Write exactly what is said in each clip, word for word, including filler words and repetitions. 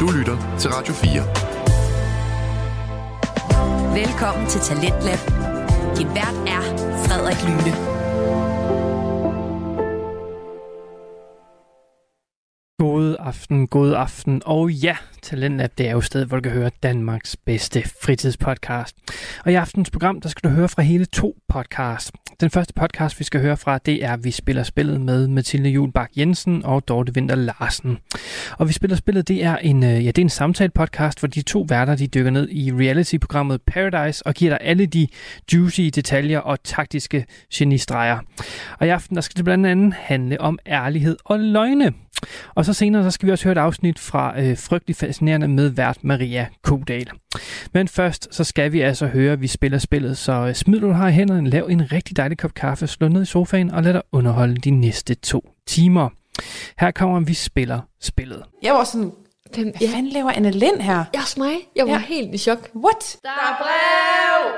Du lytter til Radio fire. Velkommen til Talentlab. Din vært er Frederik Lyne. God aften, god aften. Og ja, Talentlab, det er jo stedet, hvor du kan høre Danmarks bedste fritidspodcast. Og i aftens program, der skal du høre fra hele to podcasts. Den første podcast, vi skal høre fra, det er Vi spiller spillet med Mathilde Juel Bak Jensen og Dorte Winther Larsen. Og Vi spiller spillet, det er en, ja, det er en samtale-podcast, hvor de to værter, de dykker ned i reality-programmet Paradise og giver dig alle de juicy detaljer og taktiske genistreger. Og i aften, der skal det blandt andet handle om ærlighed og løgne. Og så senere, så skal vi også høre et afsnit fra øh, Frygtelig Fascinerende med vært Maria Kodal. Men først, så skal vi altså høre, at vi spiller spillet, så øh, smid du har i hænderne, lav en rigtig dejlig kop kaffe, slå ned i sofaen og lad dig underholde de næste to timer. Her kommer Vi spiller spillet. Jeg var sådan, hvem hvad ja. fanden laver Anne Lind her? Jeg også mig. Jeg var ja. helt i chok. What? Der er brev!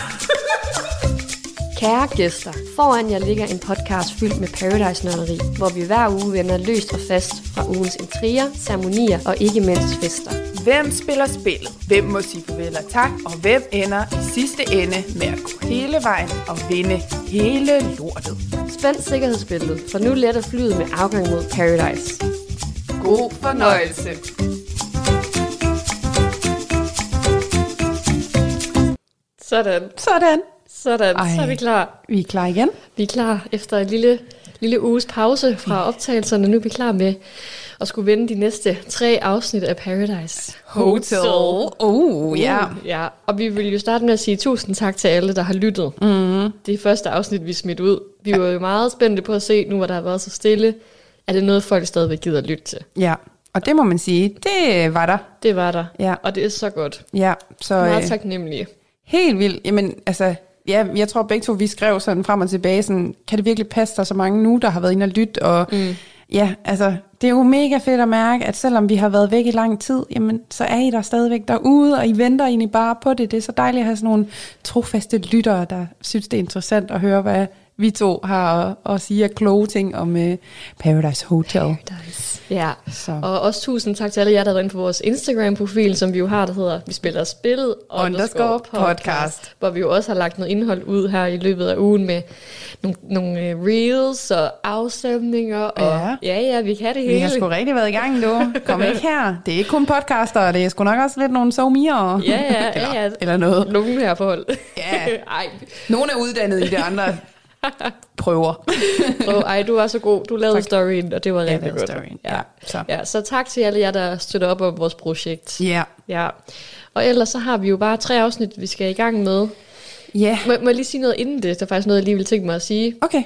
Kære gæster, foran jer ligger en podcast fyldt med Paradise-nørderi, hvor vi hver uge vender løst og fast fra ugens intriger, ceremonier og ikke mindst fester. Hvem spiller spillet? Hvem må sige farvel og tak? Og hvem ender i sidste ende med at gå hele vejen og vinde hele lortet? Spænd sikkerhedsbæltet, for nu letter flyet med afgang mod Paradise. God fornøjelse. Sådan. Sådan. Sådan, Ej, så er vi klar. Vi er klar igen. Vi er klar efter en lille, lille uges pause fra optagelserne. Nu er vi klar med at skulle vende de næste tre afsnit af Paradise Hotel. Oh, ja. Uh, ja. Og vi vil jo starte med at sige tusind tak til alle, der har lyttet. Mm. Det første afsnit, vi smidt ud. Vi var jo meget spændte på at se, nu hvor der har været så stille, er det noget, folk stadigvæk gider at lytte til. Ja, og det må man sige, det var der. Det var der, ja. Og det er så godt. Ja, så meget taknemmelige. Helt vildt. Jamen, altså... Ja, jeg tror begge to, vi skrev sådan frem og tilbage, sådan, kan det virkelig passe, der så mange nu, der har været inde og lytte, og mm. ja, altså, det er jo mega fedt at mærke, at selvom vi har været væk i lang tid, jamen, så er I der stadigvæk derude, og I venter egentlig bare på det. Det er så dejligt at have sådan nogle trofaste lyttere, der synes, det er interessant at høre, hvad vi to har at, at sige af kloge ting om uh, Paradise Hotel. Paradise. Ja, så. Og også tusind tak til alle jer, der er inde på vores Instagram-profil, som vi jo har, der hedder Vi spiller spillet underscore podcast, podcast, hvor vi jo også har lagt noget indhold ud her i løbet af ugen med nogle, nogle reels og afstemninger, og ja. ja, ja, vi kan det hele. Vi har sgu rigtig været i gang, du. Kom ikke her. Det er ikke kun podcaster, det er sgu nok også lidt nogle somier. Ja, ja, eller, ja, ja. Eller noget. Nogen her forhold. Ja, Ej. Nogle er uddannet i det andre. Prøver. oh, ej, du var så god. Du lavede tak. storyen, og det var rigtig godt. Storyen. Ja. Ja, så. Ja, så tak til alle jer, der støtter op om vores projekt. Ja. Ja. Og ellers så har vi jo bare tre afsnit, vi skal i gang med. Ja. Må, må jeg lige sige noget inden det? Der er faktisk noget, jeg lige vil tænke mig at sige. Okay.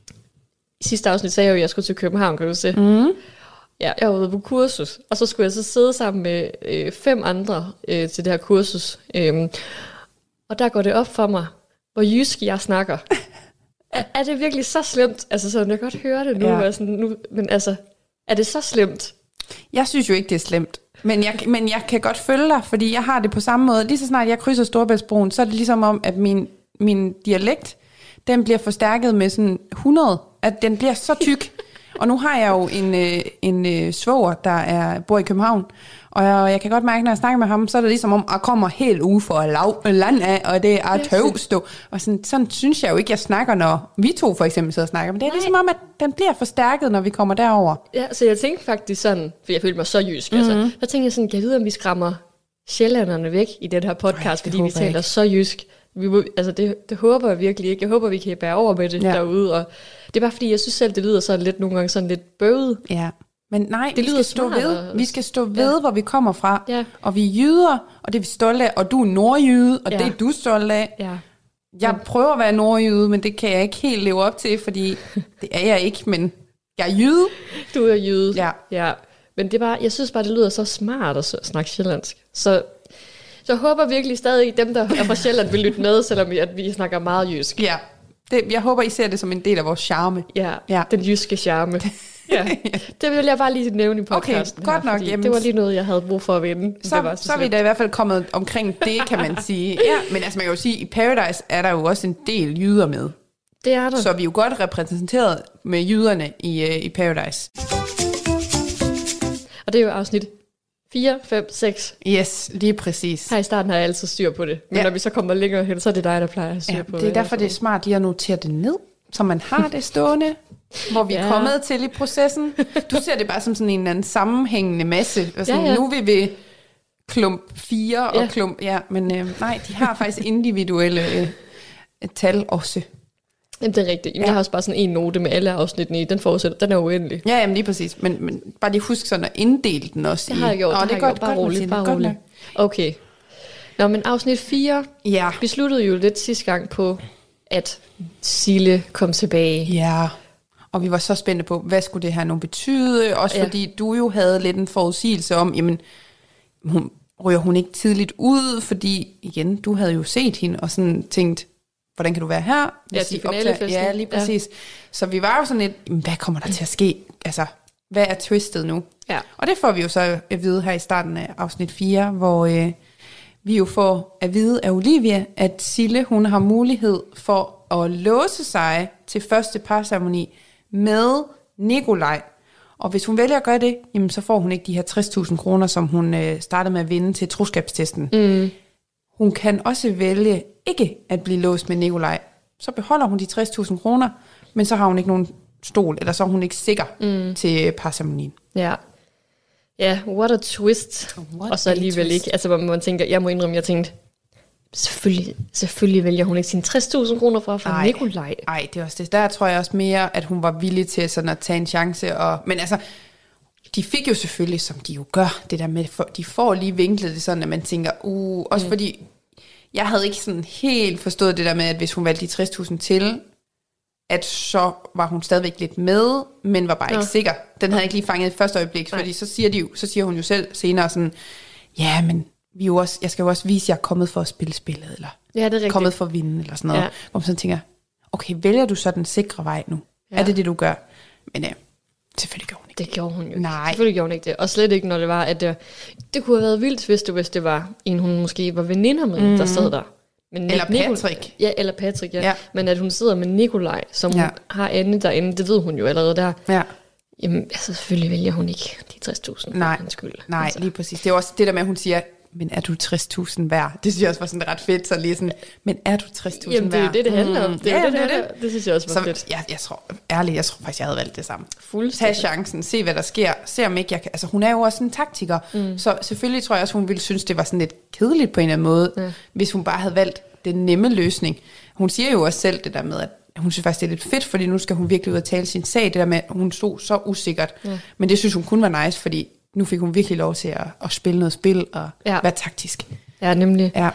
I sidste afsnit sagde jeg jo, at jeg skulle til København, kan du se? Mm. Ja, jeg var ude på kursus, og så skulle jeg så sidde sammen med øh, fem andre øh, til det her kursus. Øhm, og der går det op for mig, hvor jysk jeg snakker. Er, er det virkelig så slemt? Altså, så jeg kan godt høre det nu, ja. sådan, nu, men altså, er det så slemt? Jeg synes jo ikke, det er slemt. Men jeg, men jeg kan godt følge dig, fordi jeg har det på samme måde. Lige så snart jeg krydser Storebæltsbroen, så er det ligesom om, at min, min dialekt, den bliver forstærket med sådan hundrede. At den bliver så tyk. Og nu har jeg jo en, en, en svoger, der er, bor i København. Og jeg, jeg kan godt mærke, når jeg snakker med ham, så er det ligesom om, at jeg kommer helt ude for lav, land af, og det er tøvstå. Og sådan, sådan synes jeg jo ikke, jeg snakker, når vi to for eksempel sidder og snakker. Men det er Nej. ligesom om, at den bliver forstærket, når vi kommer derover. Ja, så jeg tænkte faktisk sådan, for jeg følte mig så jysk, mm-hmm. altså. Der tænkte jeg sådan, kan jeg vide, om vi skræmmer sjællanderne væk i den her podcast, Ej, fordi vi taler ikke. så jysk. Vi må, altså det, det håber jeg virkelig ikke. Jeg håber, vi kan bære over med det ja. derude. Og det er bare fordi, jeg synes selv, det lyder sådan lidt nogle gange sådan lidt bøvet. Ja. Men nej, det vi skal stå ved, vi skal stå ved, ja. hvor vi kommer fra. Ja. Og vi er jyder, og det er vi stolte af. Og du er nordjyde, og ja. det er du stolt af. Ja. Jeg prøver at være nordjyde, men det kan jeg ikke helt leve op til, fordi det er jeg ikke, men jeg er jyde. Du er jyde, ja. ja. Men det er bare, jeg synes bare, det lyder så smart at snakke sjællandsk. Så, så jeg håber virkelig stadig, dem, der er fra Sjælland, vil lytte med, selvom vi, at vi snakker meget jysk. Ja, det, jeg håber, I ser det som en del af vores charme. Ja, ja. Den jyske charme. Ja. Det vil jeg bare lige nævne i podcasten. Okay, godt her, nok. Jamen, det var lige noget, jeg havde brug for at vinde. Så, det var så, så er vi da i hvert fald kommet omkring det, kan man sige. Ja, men altså man kan jo sige, i Paradise er der jo også en del jyder med. Det er der. Så vi er jo godt repræsenteret med jyderne i, uh, i Paradise. Og det er jo afsnit fire, fem, seks. Yes, lige præcis. Her i starten har jeg altid styr på det. Men ja. Når vi så kommer længere hen, så er det dig, der plejer at have styr ja, på det. er derfor, det er smart lige at notere det ned, så man har det stående, hvor vi er ja. kommet til i processen. Du ser det bare som sådan en eller anden sammenhængende masse. Og sådan, ja, ja. Nu vil vi klump fire og ja. klump... Ja, men øh, nej, de har faktisk individuelle øh, tal også. Jamen, det er rigtigt. Jamen, ja. Jeg har også bare sådan en note med alle afsnittene i. Den forudsætter, den er uendelig. Ja, jamen lige præcis. Men, men bare lige husk sådan at inddele den også. Det har jeg gjort. I, det, det har jeg gjort. Bare roligt. Bare roligt. Okay. Nå, men afsnit fire ja. besluttede jo lidt sidste gang på, at Sille kom tilbage. Ja, og vi var så spændte på, hvad skulle det her nu betyde? Også ja. fordi du jo havde lidt en forudsigelse om, jamen, hun, ryger hun ikke tidligt ud? Fordi, igen, du havde jo set hende og sådan tænkt, hvordan kan du være her? Ja, til finalefesten. Ja, lige præcis. Ja. Så vi var jo sådan lidt, hvad kommer der til at ske? Altså, hvad er twistet nu? Ja. Og det får vi jo så at vide her i starten af afsnit fire, hvor øh, vi jo får at vide af Olivia, at Sille, hun har mulighed for at låse sig til første parceremoni med Nikolaj. Og hvis hun vælger at gøre det, jamen, så får hun ikke de her tres tusind kroner, som hun øh, startede med at vinde til troskabstesten. Mm. Hun kan også vælge ikke at blive låst med Nikolaj. Så beholder hun de tres tusind kroner, men så har hun ikke nogen stol, eller så er hun ikke sikker mm. til parceremonien. Ja. Ja, what a twist. What og så alligevel ikke. Altså, hvor man tænker, jeg må indrømme, jeg tænkte, selvfølgelig, selvfølgelig vælger hun ikke sine tres tusind kroner fra, fra Nikolaj. Nej, det er også det. Der tror jeg også mere, at hun var villig til sådan at tage en chance. Og, men altså, de fik jo selvfølgelig, som de jo gør, det der med, for, de får lige vinklet det sådan, at man tænker, uh, også mm. fordi, jeg havde ikke sådan helt forstået det der med, at hvis hun valgte de tres tusind til, at så var hun stadigvæk lidt med, men var bare ja. ikke sikker. Den havde ikke lige fanget et første øjeblik, fordi så siger, de jo, så siger hun jo selv senere sådan, ja, men vi jo også, jeg skal jo også vise, at jeg er kommet for at spille spillet, eller ja, det er kommet for at vinde, eller sådan noget. Ja. Hvor man sådan tænker, okay, vælger du så den sikre vej nu? Ja. Er det det, du gør? Men ja, selvfølgelig gjorde hun ikke det. Det gjorde hun jo Nej. Selvfølgelig gjorde hun ikke det. Og slet ikke, når det var, at det, det kunne have været vildt, hvis det, hvis det var en, hun måske var veninder med, mm. der sad der. Men eller Patrick. Ja, eller Patrick, ja. ja. Men at hun sidder med Nikolaj, som ja. hun har Anne derinde, det ved hun jo allerede der. Ja. Jamen, altså selvfølgelig vælger hun ikke de tres tusind. Nej, skyld. nej altså. lige præcis. Det er også det der med, at hun siger, men er du tres tusind værd? Det synes jeg også var sådan ret fedt, så lige sådan, men er du tres tusind værd? Jamen, det er det, det handler om. Det er ja, det, det, det, det, det. det synes jeg også var så, fedt. Jeg, jeg tror, ærligt, jeg tror faktisk, jeg havde valgt det samme. Fuldstændig. Tag chancen, se hvad der sker, se om ikke jeg kan, altså hun er jo også en taktiker, mm. så selvfølgelig tror jeg også, hun ville synes, det var sådan lidt kedeligt på en eller anden måde, ja. hvis hun bare havde valgt den nemme løsning. Hun siger jo også selv det der med, at hun synes faktisk, det er lidt fedt, fordi nu skal hun virkelig ud og tale sin sag, det der med, at hun stod så usikkert. Ja. Men det synes hun kun var nice, fordi nu fik hun virkelig lov til at, at spille noget spil og ja. være taktisk. Ja, nemlig. Ja,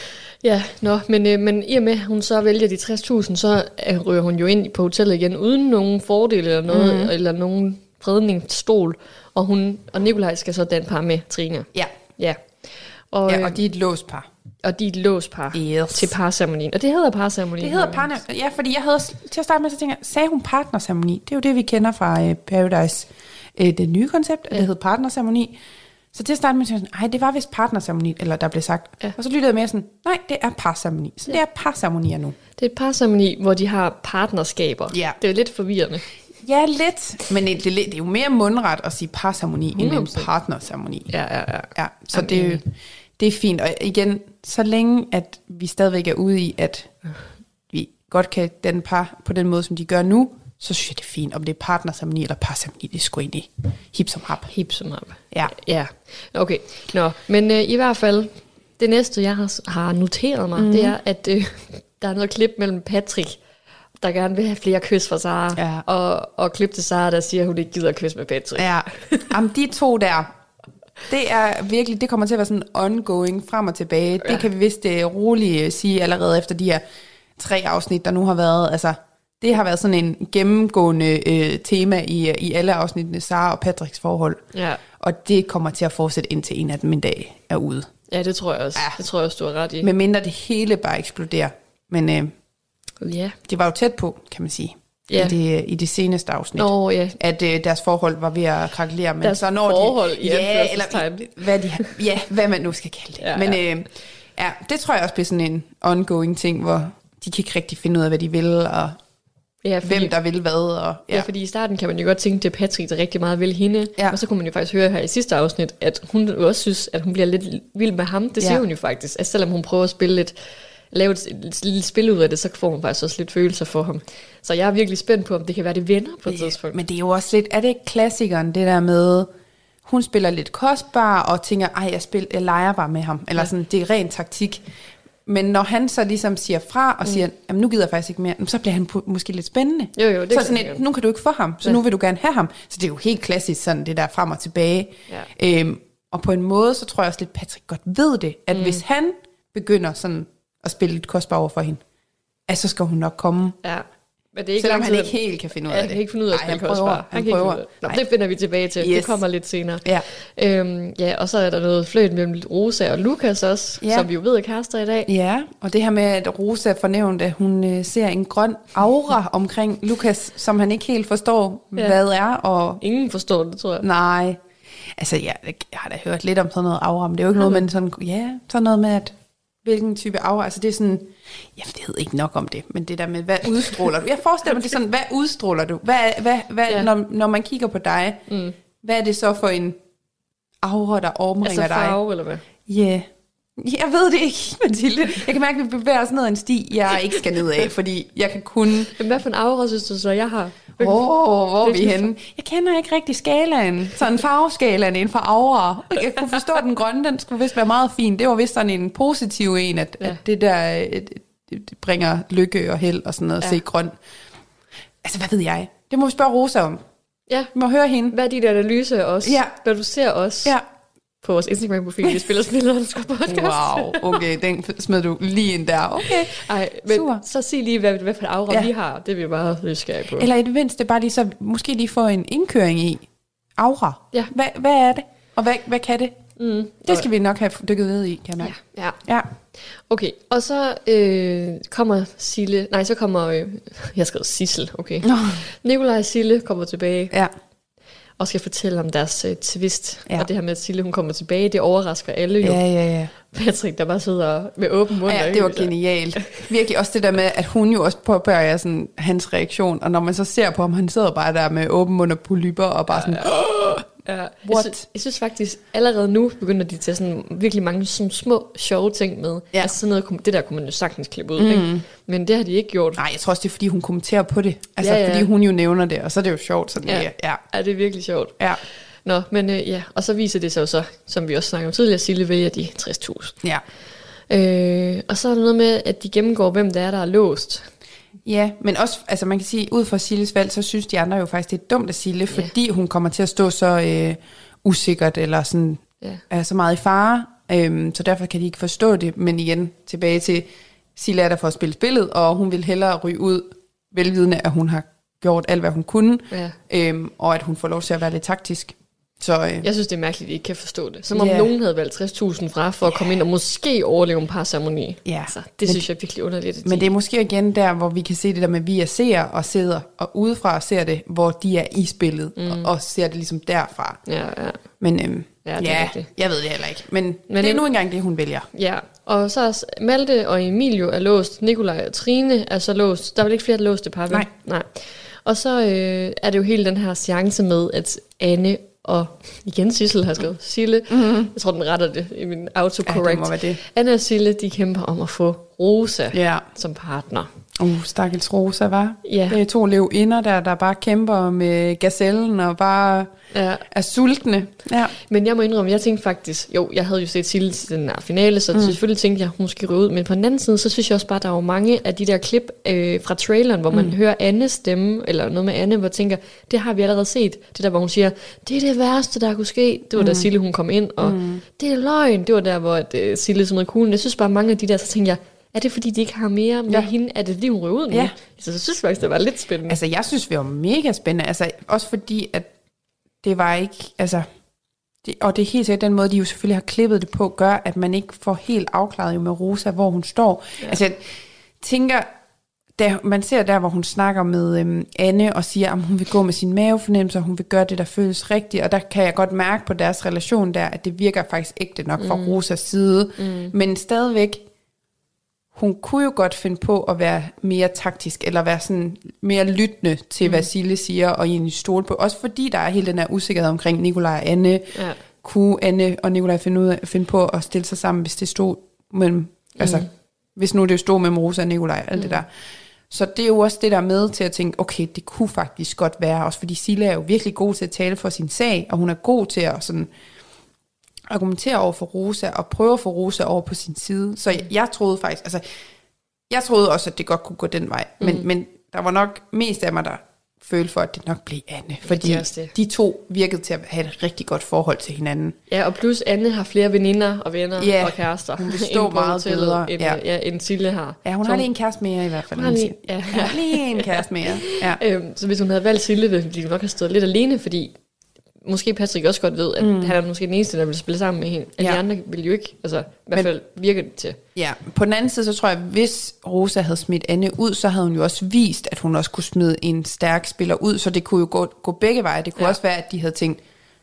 ja nå, men, øh, men i og med, at hun så vælger de tres tusind, så øh, ryger hun jo ind på hotellet igen, uden nogen fordele eller noget, mm-hmm. eller nogen fredningsstol, og, hun, og Nikolaj skal så danne par med Trine. Ja. Ja. Og, ja, og de er et låst par. Og de er et låst par yes. til parceremonien. Og det hedder parceremonien. Det hedder parne. Ja, fordi jeg havde til at starte med, så tænker jeg, sagde hun partnerceremoni? Det er jo det, vi kender fra uh, Paradise. Uh, det nye koncept, ja. Det hedder partnerceremoni. Så til at starte med, så tænkte jeg, ej, det var vist partnerceremoni, eller der blev sagt. Ja. Og så lyttede jeg mere sådan, nej, det er parceremoni. Så ja. det er parceremonier nu. Det er et parceremoni, hvor de har partnerskaber. Ja. Det er jo lidt forvirrende. Ja, lidt. Men det, det, det er jo mere mundret at sige parceremoni, end en partnerceremoni. Ja, ja, ja. ja så Jamen, det er jo... Det er fint, og igen, så længe at vi stadigvæk er ude i, at vi godt kan den par på den måde, som de gør nu, så synes jeg, det er fint, om det er partnerceremoni eller parceremoni, det er sgu egentlig hip som hap. Hip som hap. Ja. Ja, okay. Nå, men øh, i hvert fald, det næste, jeg har, har noteret mig, mm. det er, at øh, der er noget klip mellem Patrick, der gerne vil have flere kys fra Sara, ja. og, og klip til Sara, der siger, at hun ikke gider at kysse med Patrick. Ja, jamen de to der... Det er virkelig, det kommer til at være sådan ongoing frem og tilbage. Ja. Det kan vi vist uh, roligt sige allerede efter de her tre afsnit, der nu har været. Altså, det har været sådan en gennemgående uh, tema i, i alle afsnittene, Sara og Patricks forhold. Ja. Og det kommer til at fortsætte indtil en af dem en dag er ude. Ja, det tror jeg også. Ja. Det tror jeg også, du har ret i. Med mindre det hele bare eksploderer. Men uh, ja. det var jo tæt på, kan man sige. Ja. I, det, i det seneste afsnit, oh, ja. at øh, deres forhold var ved at krakelere. Men deres så når forhold de, i ja, eller hvad, de, ja, hvad man nu skal kalde det. Ja, men ja. Øh, ja, det tror jeg også bliver sådan en ongoing ting, hvor de kan ikke rigtig finde ud af, hvad de vil. Og Ja, fordi, hvem der vil hvad. Og, ja. ja, fordi i starten kan man jo godt tænke, det er Patrick, der rigtig meget vil hende. Ja. Og så kunne man jo faktisk høre her i sidste afsnit, at hun jo også synes, at hun bliver lidt vild med ham. Det ja. siger hun jo faktisk. Altså, selvom hun prøver at spille lidt, lave et, et lille spil ud af det, så får hun faktisk også lidt følelser for ham. Så jeg er virkelig spændt på, om det kan være, det venner på et ja, tidspunkt. Men det er jo også lidt, er det ikke klassikeren, det der med, hun spiller lidt kostbar, og tænker, ej, jeg, spil, jeg leger bare med ham. Eller ja. sådan, det er ren taktik. Men når han så ligesom siger fra, og siger, jamen nu gider jeg faktisk ikke mere, så bliver han måske lidt spændende. Jo, jo, det så sådan et, nu kan du ikke få ham, så ja. nu vil du gerne have ham. Så det er jo helt klassisk sådan, det der frem og tilbage. Ja. Øhm, og på en måde, så tror jeg også lidt, Patrick godt ved det, at mm. hvis han begynder sådan at spille lidt kostbar over for hende, at så skal hun nok komme. Ja. Men det er ikke Selvom han tid, ikke helt kan finde ud af det. Han kan ikke finde ud af, at spille kostbar. Han, han prøver. Han Nå, det finder vi tilbage til. Yes. Det kommer lidt senere. Ja. Øhm, ja, og så er der noget fløjt mellem Rosa og Lukas også, ja. som vi jo ved er kærester i dag. Ja, og det her med, at Rosa fornævnte, at hun øh, ser en grøn aura omkring Lukas, som han ikke helt forstår, ja. hvad er. Og ingen forstår det, tror jeg. Nej. Altså, ja, jeg har da hørt lidt om sådan noget aura, men det er jo ikke noget, men sådan, ja, sådan noget med, at hvilken type aura, altså det er sådan, jeg ved ikke nok om det, men det der med, hvad udstråler du? Jeg forestiller mig, det er sådan, hvad udstråler du? Hvad, hvad, hvad, ja. når, når man kigger på dig, mm. hvad er det så for en aura, der omringer dig? Altså farve, eller hvad? Ja. Yeah. Jeg ved det ikke, Mathilde. Jeg kan mærke, at vi bevæger os ned ad en sti, jeg ikke skal ned af, fordi jeg kan kun... Men hvad for en aura, synes du så, jeg har? Åh, oh, hvor er vi henne? Jeg kender ikke rigtig skalaen, sådan farveskalaen inden for aura. Jeg kunne forstå, at den grønne, den skulle vist være meget fin. Det var vist sådan en positiv en, at, ja. at det der det bringer lykke og held og sådan noget, at ja. se grøn. Altså, hvad ved jeg? Det må vi spørge Rosa om. Ja. Vi må høre hende. Hvad er dit analyse af os? Ja. Hvad du ser os? Ja. På vores Instagram-profil, vi spiller spillerens podcast. Wow, okay, den smed du lige ind der. Okay, ej, men super. Så sig lige, hvad, hvad for en aura ja. vi har. Det er vi bare nysgerrige på. Eller i det mindste bare lige så, måske lige få en indkøring i aura. Ja. Hvad, hvad er det? Og hvad, hvad kan det? Mm. Det skal vi nok have dykket ned i, kan jeg mærke. Ja. ja. ja. Okay, og så øh, kommer Sille, nej, så kommer, øh, jeg skrev Sissel, okay. Nå. Nikolaj og Sille kommer tilbage. Ja. Og skal fortælle om deres øh, twist. Ja. Og det her med, at Sille, hun kommer tilbage, det overrasker alle jo. Ja, ja, ja. Patrick, der bare sidder med åben mund. Ja, det var genialt. Virkelig også det der med, at hun jo også påbørger sådan hans reaktion. Og når man så ser på ham, han sidder bare der med åben mund og polypper og bare sådan... Ja, ja. Ja, jeg, synes, jeg synes faktisk, allerede nu begynder de til sådan virkelig mange sådan små, sjove ting med. Ja. Altså sådan noget, det der kunne man jo sagtens klippe ud, mm. ikke? Men det har de ikke gjort. Nej, jeg tror også, det er, fordi hun kommenterer på det. Altså, ja, ja. fordi hun jo nævner det, og så er det jo sjovt. Sådan, ja. Ja. Ja. ja, det er virkelig sjovt. Ja. Nå, men øh, ja, og så viser det sig jo så, som vi også snakkede om tidligere, Sille vælger de tres tusind. Ja. Øh, og så er der noget med, at de gennemgår, hvem der er, der er låst. Ja, men også, altså man kan sige, ud fra Silles valg, så synes de andre jo faktisk, det er dumt af Sille, ja. fordi hun kommer til at stå så øh, usikkert, eller sådan, ja. er så meget i fare, øhm, så derfor kan de ikke forstå det, men igen, tilbage til, Sille er der for at spille spillet, og hun vil hellere ryge ud, velvidende, at hun har gjort alt, hvad hun kunne, ja. øhm, og at hun får lov til at være lidt taktisk. Så, øh, jeg synes, det er mærkeligt, at I ikke kan forstå det. Som om yeah. nogen havde valgt tres tusind fra for at komme ind og måske overleve en par ceremoni. Yeah. Altså, det men, synes jeg er virkelig underligt. Men det er måske igen der, hvor vi kan se det der med, at vi er seer og sidder og udefra ser det, hvor de er i spillet mm. og, og ser det ligesom derfra. Ja, ja. Men øhm, ja, ja jeg ved det heller ikke. Men, men det er nu engang det, hun vælger. Ja, og så er Malte og Emilio er låst. Nikolaj og Trine er så låst. Der er vel ikke flere, der låste par, vel? Nej. Nej. Og så øh, er det jo hele den her seance med, at Anne og igen Sissel har skrevet Sille. Mm-hmm. Jeg tror, den retter det i min autocorrect. Ja, det må være det. Anne og Sille, de kæmper om at få Rosa ja. som partner. Uh, stakkels Rosa, var. Ja. Det er to løvinder der, der bare kæmper med gazellen og bare ja. er sultne. Ja. Men jeg må indrømme, jeg tænkte faktisk, jo, jeg havde jo set Sille til den her finale, så mm. selvfølgelig tænkte jeg, hun skal ryge ud. Men på den anden side, så synes jeg også bare, der var mange af de der klip øh, fra traileren, hvor man mm. hører Annes stemme, eller noget med Anne, hvor jeg tænker, det har vi allerede set. Det der, hvor hun siger, det er det værste, der kunne ske. Det var mm. da Sille, hun kom ind, og mm. det er løgn. Det var der, hvor uh, Sille smed kuglen. Jeg synes bare, mange af de der, så tænker jeg, er det fordi, de ikke har mere med ja. hende? Er det fordi, hun ryger ud nu? Ja. Så jeg synes faktisk, det var lidt spændende. Altså, jeg synes, det var mega spændende. Altså, også fordi, at det var ikke... Altså, det, og det er helt sikkert den måde, de jo selvfølgelig har klippet det på, gør, at man ikke får helt afklaret jo med Rosa, hvor hun står. Ja. Altså, jeg tænker... Da man ser der, hvor hun snakker med øhm, Anne og siger, at hun vil gå med sin mavefornemmelse, og hun vil gøre det, der føles rigtigt. Og der kan jeg godt mærke på deres relation der, at det virker faktisk ægte nok fra mm. Rosas side. Mm. Men stadigvæk... hun kunne jo godt finde på at være mere taktisk, eller være sådan mere lyttende til, mm. hvad Sille siger, og egentlig stole på. Også fordi der er hele den her usikkerhed omkring Nikolaj og Anne. Ja. Kunne Anne og Nikolaj finde, ud af, finde på at stille sig sammen, hvis det stod mellem, mm. altså, hvis nu det stod mellem Rosa og Nikolaj, alt mm. det der. Så det er jo også det der med til at tænke, okay, det kunne faktisk godt være, også fordi Sille er jo virkelig god til at tale for sin sag, og hun er god til at sådan argumentere over for Rosa, og prøve at få Rosa over på sin side. Så jeg, jeg troede faktisk, altså, jeg troede også, at det godt kunne gå den vej, mm. men, men der var nok mest af mig, der følte for, at det nok blev Anne, fordi ja, de to virkede til at have et rigtig godt forhold til hinanden. Ja, og plus Anne har flere veninder og venner ja, og kærester. Hun forstår meget bedre, end, ja. Ja, end Sille har. Ja, hun så har lige en kæreste mere i hvert fald. Hun har lige, ja. Ja, lige en kæreste mere. Ja. øhm, så hvis hun havde valgt Sille, ville hun nok have stået lidt alene, fordi måske Patrick også godt ved, at mm. han er måske den eneste, der vil spille sammen med hende. At ja. de andre vil jo ikke, altså i hvert fald virke det til. Ja, på den anden side, så tror jeg, at hvis Rosa havde smidt Anne ud, så havde hun jo også vist, at hun også kunne smide en stærk spiller ud, så det kunne jo gå, gå begge veje. Det kunne ja. også være, at de havde tænkt,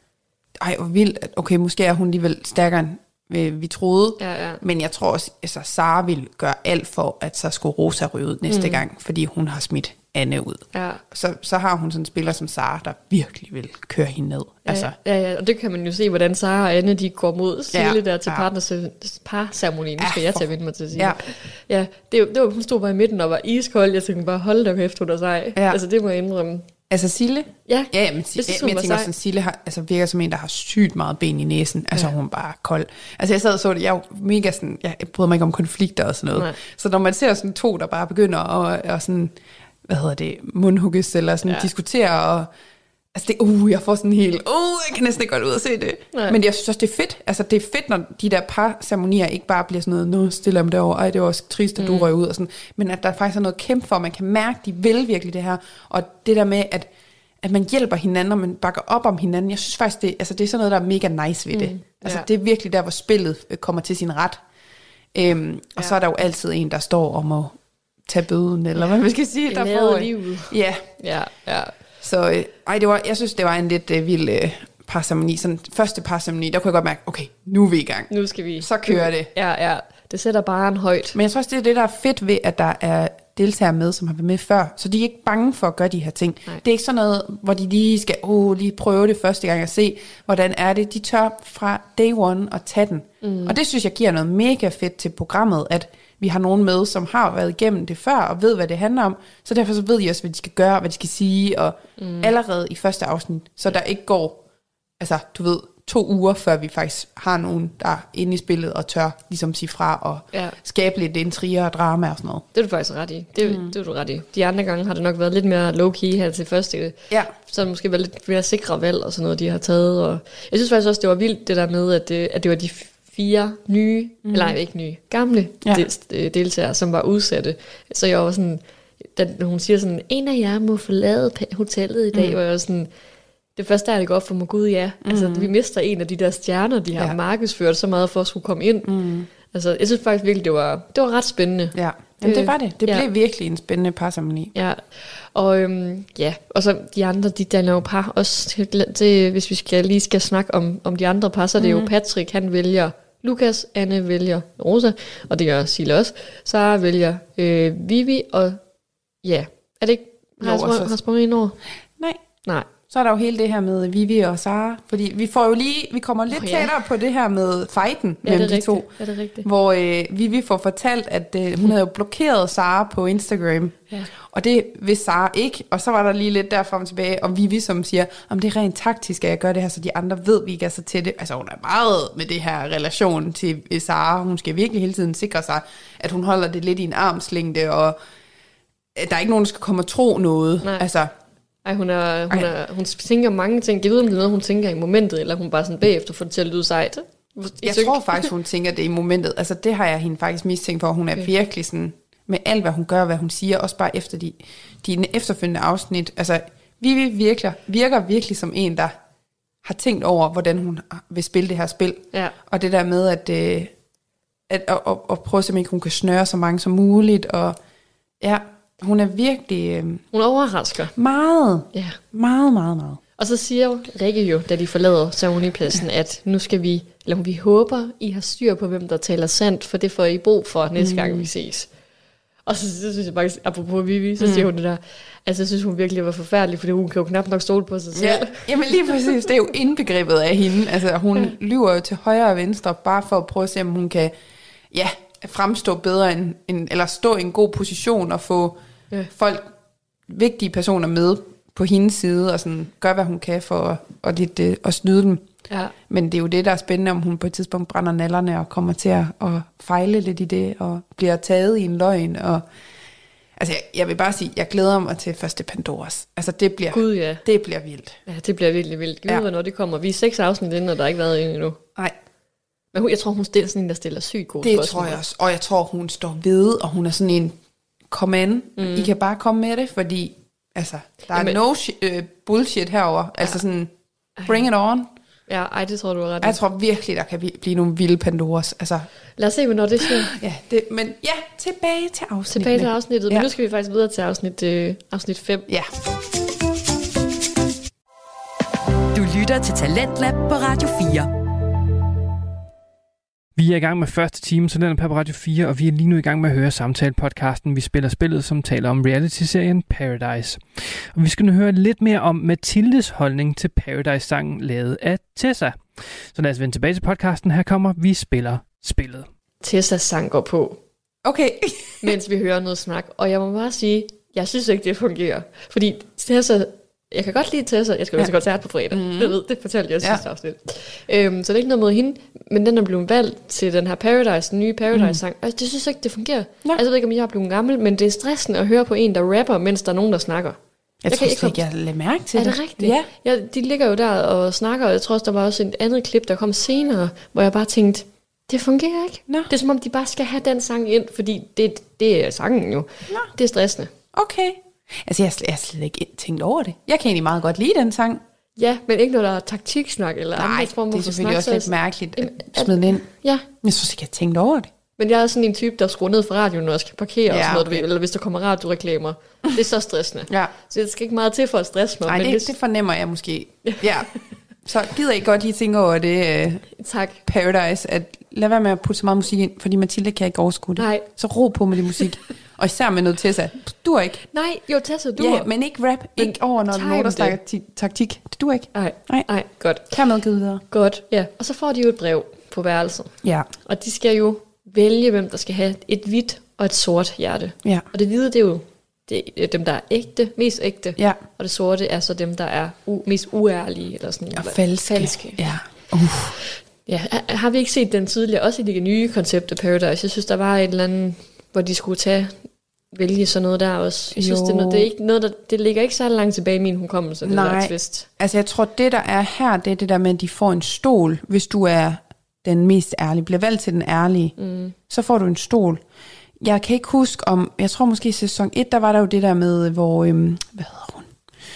ej, hvor vildt, okay, måske er hun alligevel stærkere end vi troede. Ja, ja. Men jeg tror også, at altså, Sara ville gøre alt for, at så skulle Rosa ryge ud næste mm. gang, fordi hun har smidt Anne ud. Ja. Så, så har hun sådan en spiller som Sara, der virkelig vil køre hende ned. Ja, altså. ja, ja, og det kan man jo se, hvordan Sara og Anne, de går mod Sille ja, der til ja. parceremonien. Nu skal ja, jeg til at vende mig til at sige. Ja, ja det, det var, hun stod bare i midten og var iskold. Jeg tænkte bare, hold da kæft, hun er sej. Ja. Altså, det må jeg indrømme. Altså Sille? Ja. Ja, men, det, jeg, jeg tænker også, at Sille har, altså, virker som en, der har sygt meget ben i næsen. Altså, ja. hun er bare kold. Altså, jeg sad og så det, jeg er mega sådan, jeg bryder mig ikke om konflikter og sådan noget. Nej. Så når man ser sådan to, der bare begynder at, og sådan, hvad hedder det, mundhugges, eller sådan ja. diskutere, og altså det, uh, jeg får sådan helt, uh, jeg kan næsten ikke godt ud og se det. Nej. Men jeg synes også, det er fedt. Altså, det er fedt, når de der par-ceremonier ikke bare bliver sådan noget, nu stiller dem derovre, ej, det er også trist, at du mm. røg ud, og sådan. Men at der faktisk er noget kæmpe for, man kan mærke, de vil virkelig det her. Og det der med, at at man hjælper hinanden, og man bakker op om hinanden. Jeg synes faktisk, det, altså det er sådan noget, der er mega nice ved det. Mm, altså ja. det er virkelig der, hvor spillet kommer til sin ret. Øhm, og ja. så er der jo altid en, der står om at tage bøden, eller hvad man skal sige. Der får livet. Ja. ja, ja. Så øh, ej, det var, jeg synes, det var en lidt øh, vild øh, parceremoni. Sådan første parceremoni, der kunne jeg godt mærke, okay, nu er vi i gang. Nu skal vi. Så kører det. Ja, ja. Det sætter bare en højt. Men jeg tror også, det er det, der er fedt ved, at der er deltagere med, som har været med før, så de er ikke bange for at gøre de her ting. Nej. Det er ikke sådan noget, hvor de lige skal oh, lige prøve det første gang og se, hvordan er det. De tør fra day one at tage den. Mm. Og det synes jeg giver noget mega fedt til programmet, at vi har nogen med, som har været igennem det før, og ved, hvad det handler om. Så derfor så ved de også, hvad de skal gøre, hvad de skal sige, og mm. allerede i første afsnit, så der ikke går, altså du ved, to uger, før vi faktisk har nogen, der er inde i spillet og tør ligesom sige fra og ja. skabe lidt intriger og drama og sådan noget. Det er du faktisk ret i. Det, mm. det er du ret i. De andre gange har det nok været lidt mere low-key her til første. Ja. Så har det måske været lidt mere sikre valg og sådan noget, de har taget. Og jeg synes faktisk også, det var vildt det der med, at det, at det var de fire nye, mm. eller nej, ikke nye, gamle ja. del, deltagere, som var udsatte. Så jeg var sådan, da hun siger sådan, en af jer må forlade hotellet i dag, mm. og jeg var sådan, det første der, det går op for mig, gud ja, mm. altså vi mister en af de der stjerner, de har ja. markedsført så meget for at skulle komme ind. Mm. Altså jeg synes faktisk virkelig, det var, det var ret spændende. Ja, jamen, det var det. Det ja. blev virkelig en spændende parceremoni. Ja, og øhm, ja, og så de andre, de danner jo par også, det, hvis vi skal, lige skal snakke om, om de andre par, så er det mm. jo Patrick, han vælger Lukas, Anne vælger Rosa, og det gør Sille også. Sara vælger øh, Vivi, og ja, er det ikke, har jeg sprunget, har sprunget ind over? Nej. Nej. Så er der jo hele det her med Vivi og Sara, fordi vi får jo lige, vi kommer lidt oh, ja. tættere på det her med fighten ja, mellem de rigtigt. to, ja, det er rigtigt. Hvor øh, Vivi får fortalt, at øh, hun havde jo blokeret Sara på Instagram, ja. og det vidste Sara ikke, og så var der lige lidt derfra og tilbage, og Vivi som siger, om det er rent taktisk, at jeg gør det her, så de andre ved, vi ikke er så tætte. Altså hun er meget med det her relation til Sara, hun skal virkelig hele tiden sikre sig, at hun holder det lidt i en armslængde, og der er ikke nogen, der skal komme og tro noget. Nej. Altså Ej, hun, er, hun, er, hun tænker mange ting. Jeg ved, om det er noget, hun tænker i momentet, eller hun bare sådan bagefter får det til at lyde sejt. Jeg, jeg tror faktisk, hun tænker det i momentet. Altså, det har jeg hende faktisk mistænkt for. Hun er okay. virkelig sådan, med alt, hvad hun gør, hvad hun siger, også bare efter de, de efterfølgende afsnit. Altså, Vivi virker, virker virkelig som en, der har tænkt over, hvordan hun vil spille det her spil. Ja. Og det der med, at, at, at, at, at prøve simpelthen, hun kan snøre så mange som muligt, og ja... Hun er virkelig... Øh, hun overrasker. Meget. Ja. Meget, meget, meget. Og så siger Rikke jo, da de forlader ceremonipladsen, at nu skal vi, eller vi håber, I har styr på, hvem der taler sandt, for det får I brug for næste mm. gang, vi ses. Og så, så synes jeg faktisk, apropos Vivi, så mm. siger hun det der, altså jeg synes hun virkelig var forfærdelig, fordi hun kan jo knap nok stole på sig selv. Ja, jamen lige præcis, det er jo indbegrebet af hende. Altså hun ja. lyver jo til højre og venstre, bare for at prøve at se, om hun kan ja, fremstå bedre, end, end, eller stå i en god position og få ja. folk, vigtige personer med på hendes side, og sådan gøre, hvad hun kan for at, og lidt, øh, at snyde dem. Ja. Men det er jo det, der er spændende, om hun på et tidspunkt brænder nallerne og kommer til at, at fejle lidt i det, og bliver taget i en løgn. Og, altså, jeg, jeg vil bare sige, jeg glæder mig til første Pandoras. Altså, det bliver, Gud, ja. det bliver vildt. Ja, det bliver virkelig vildt. Gud, ja. Hvornår det kommer. Vi er seks afsnit inden, og der er ikke været en endnu. Nej. Men hun, jeg tror, hun stiller sådan en, der stiller sygt god Det spørgsmål. Tror jeg også. Og jeg tror, hun står ved, og hun er sådan en, kom an, mm. I kan bare komme med det, fordi altså, der Jamen, er no sh- uh, bullshit herover. Ja. Altså sådan, bring it on. Ja, ej, det tror du er ret. Jeg tror virkelig, der kan blive nogle vilde Pandoras. Altså. Lad os se, hvornår det sker. Ja, det, men ja, tilbage til afsnittet. Tilbage til afsnittet, ja. Men nu skal vi faktisk videre til afsnit, øh, afsnit fem. Ja. Du lytter til Talentlab på Radio fire. Vi er i gang med første time, så den er på Radio fire, og vi er lige nu i gang med at høre samtale-podcasten. Vi spiller spillet, som taler om reality-serien Paradise. Og vi skal nu høre lidt mere om Mathildes holdning til Paradise-sangen lavet af Tessa. Så lad os vende tilbage til podcasten. Her kommer Vi spiller spillet. Tessas sang går på. Okay. Mens vi hører noget snak. Og jeg må bare sige, jeg synes ikke, det fungerer. Fordi Tessa... Jeg kan godt lide Tessa. Jeg skal jo til koncert på fredag. Mm. Det, ved, det fortalte jeg ja. sidste afsnit. Øhm, så det er ikke noget mod hende. Men den er blevet valgt til den her Paradise, den nye Paradise-sang. Mm. Altså, det synes jeg ikke, det fungerer. Ja. Altså, jeg ved ikke, om jeg er blevet gammel, men det er stressende at høre på en, der rapper, mens der er nogen, der snakker. Jeg, jeg tror ikke, ikke, jeg lader mærke til det. Er det rigtigt? Ja. ja. De ligger jo der og snakker, og jeg tror også, der var også et andet klip, der kom senere, hvor jeg bare tænkte, det fungerer ikke. No. Det er som om, de bare skal have den sang ind, fordi det, det er sangen jo. No. Det er stressende. Okay. Altså, jeg har slet ikke tænkt over det. Jeg kan egentlig meget godt lide den sang. Ja, men ikke noget, der er taktiksnak eller Nej, andre former for snak. det er selvfølgelig også lidt mærkeligt at smide den ind. Ja. Jeg synes ikke, jeg har tænkt over det. Men jeg er sådan en type, der skruer ned for radioen, når jeg skal parkere ja, og sådan noget, okay. Eller hvis der kommer radioreklamer. Det er så stressende. Ja. Så det skal ikke meget til for at stresse mig. Nej, det, hvis... det fornemmer jeg måske. Ja. Så gider I godt lige tænke over det, uh, tak. Paradise, at lad være med at putte så meget musik ind, fordi Mathilde kan ikke overskue det. Nej. Så ro på med det musik. Og især med noget Tessa. Du er ikke. Nej, jo Tessa, du Ja, men ikke rap. Men ikke over, når nogen der snakker t- taktik. Det du ikke. Nej, nej, nej, godt. Hermed givet videre. Godt, ja. Og så får de jo et brev på værelset. Ja. Og de skal jo vælge, hvem der skal have et hvidt og et sort hjerte. Ja. Og det hvide, det er jo det er dem, der er ægte, mest ægte. Ja. Og det sorte er så dem, der er u- mest uærlige. Eller sådan, og falske. falske. Ja. Uh. Ja, har vi ikke set den tidligere, også i det nye koncept af Paradise? Jeg synes, der var et eller andet, hvor de skulle tage, vælge sådan noget der også. Jeg synes, det, er noget, det, er ikke noget, der, det ligger ikke så langt tilbage i min hukommelse, det Nej. der twist. Altså jeg tror, det der er her, det er det der med, at de får en stol, hvis du er den mest ærlige. Bliver valgt til den ærlige, mm. så får du en stol. Jeg kan ikke huske om, jeg tror måske i sæson et, der var der jo det der med, hvor, øhm, hvad hedder hun?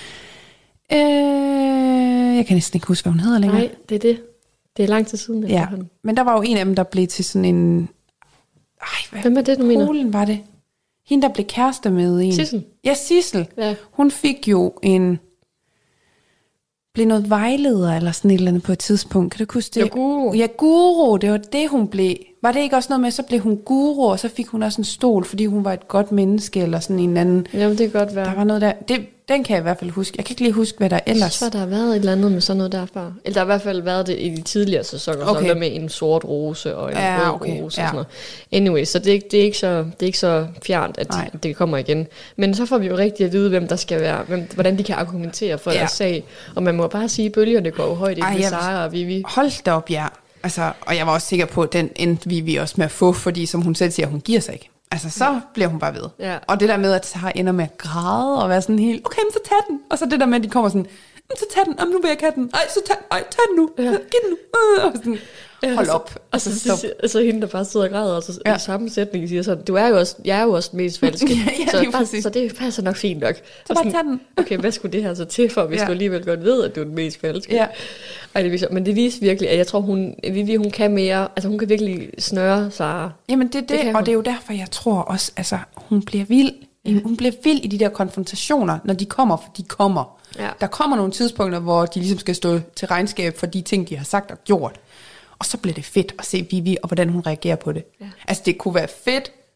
Øh, jeg kan næsten ikke huske, hvad hun hedder længere. Nej, det er det. Det er lang tid siden. Ja, men der var jo en af dem, der blev til sådan en... Ej, hvad Hvem er det, du mener? Polen var det. Hende, der blev kærester med en. Sissel? Ja, Sissel. Ja. Hun fik jo en... Blev noget vejleder eller sådan et eller andet på et tidspunkt. Kan du huske det? Ja, guru. Ja, guru. Det var det, hun blev. Var det ikke også noget med, så blev hun guru, og så fik hun også en stol, fordi hun var et godt menneske, eller sådan en anden... Jamen, det kan godt være. Der var noget der... Det, den kan jeg i hvert fald huske. Jeg kan ikke lige huske, hvad der ellers... Jeg synes, der har været et eller andet med sådan noget derfra. Eller der har i hvert fald været det i de tidligere sæsoner, okay. Så der med en sort rose og en ja, rød okay. rose og ja. sådan noget. Anyway, så det er, det er, ikke, så, det er ikke så fjernt, at, at det kommer igen. Men så får vi jo rigtig at vide, hvem der skal være, hvem, hvordan de kan argumentere for ja. deres sag. Og man må bare sige, at bølgerne går jo højt ind med Sara og Vivi. Hold da op, ja. Altså, og jeg var også sikker på, at den endte Vivi også med at få, fordi som hun selv siger, hun giver sig ikke. Altså, så ja. bliver hun bare ved. Ja. Og det der med, at Sara ender med at græde og være sådan helt, okay, men så tag den. Og så det der med, at de kommer sådan, så tag den, nu vil jeg have den. Ej, så tag, ej, tag den nu. Ja. Giv den nu. Og sådan, hold op. Og, og så, så, så, så hende, der bare sidder og græder, og så ja. i samme sætning siger sådan, du er jo også, jeg er jo også mest falsk. ja, ja, så, bare, så det passer nok fint nok. Så bare tag den. Okay, hvad skulle det her så til for, hvis ja. du alligevel godt ved, at du er den mest falske? Ja. Ej, det viser, men det viser virkelig, at jeg tror, hun, Vivi, hun kan mere, altså hun kan virkelig snøre Sara. Jamen det er det, det og det er jo derfor, jeg tror også, altså hun bliver vild. Hun bliver vild i de der konfrontationer, når de kommer, for de kommer. Ja. Der kommer nogle tidspunkter, hvor de ligesom skal stå til regnskab for de ting, de har sagt og gjort. Og så bliver det fedt at se Vivi, og hvordan hun reagerer på det. Ja. Altså det kunne være fedt,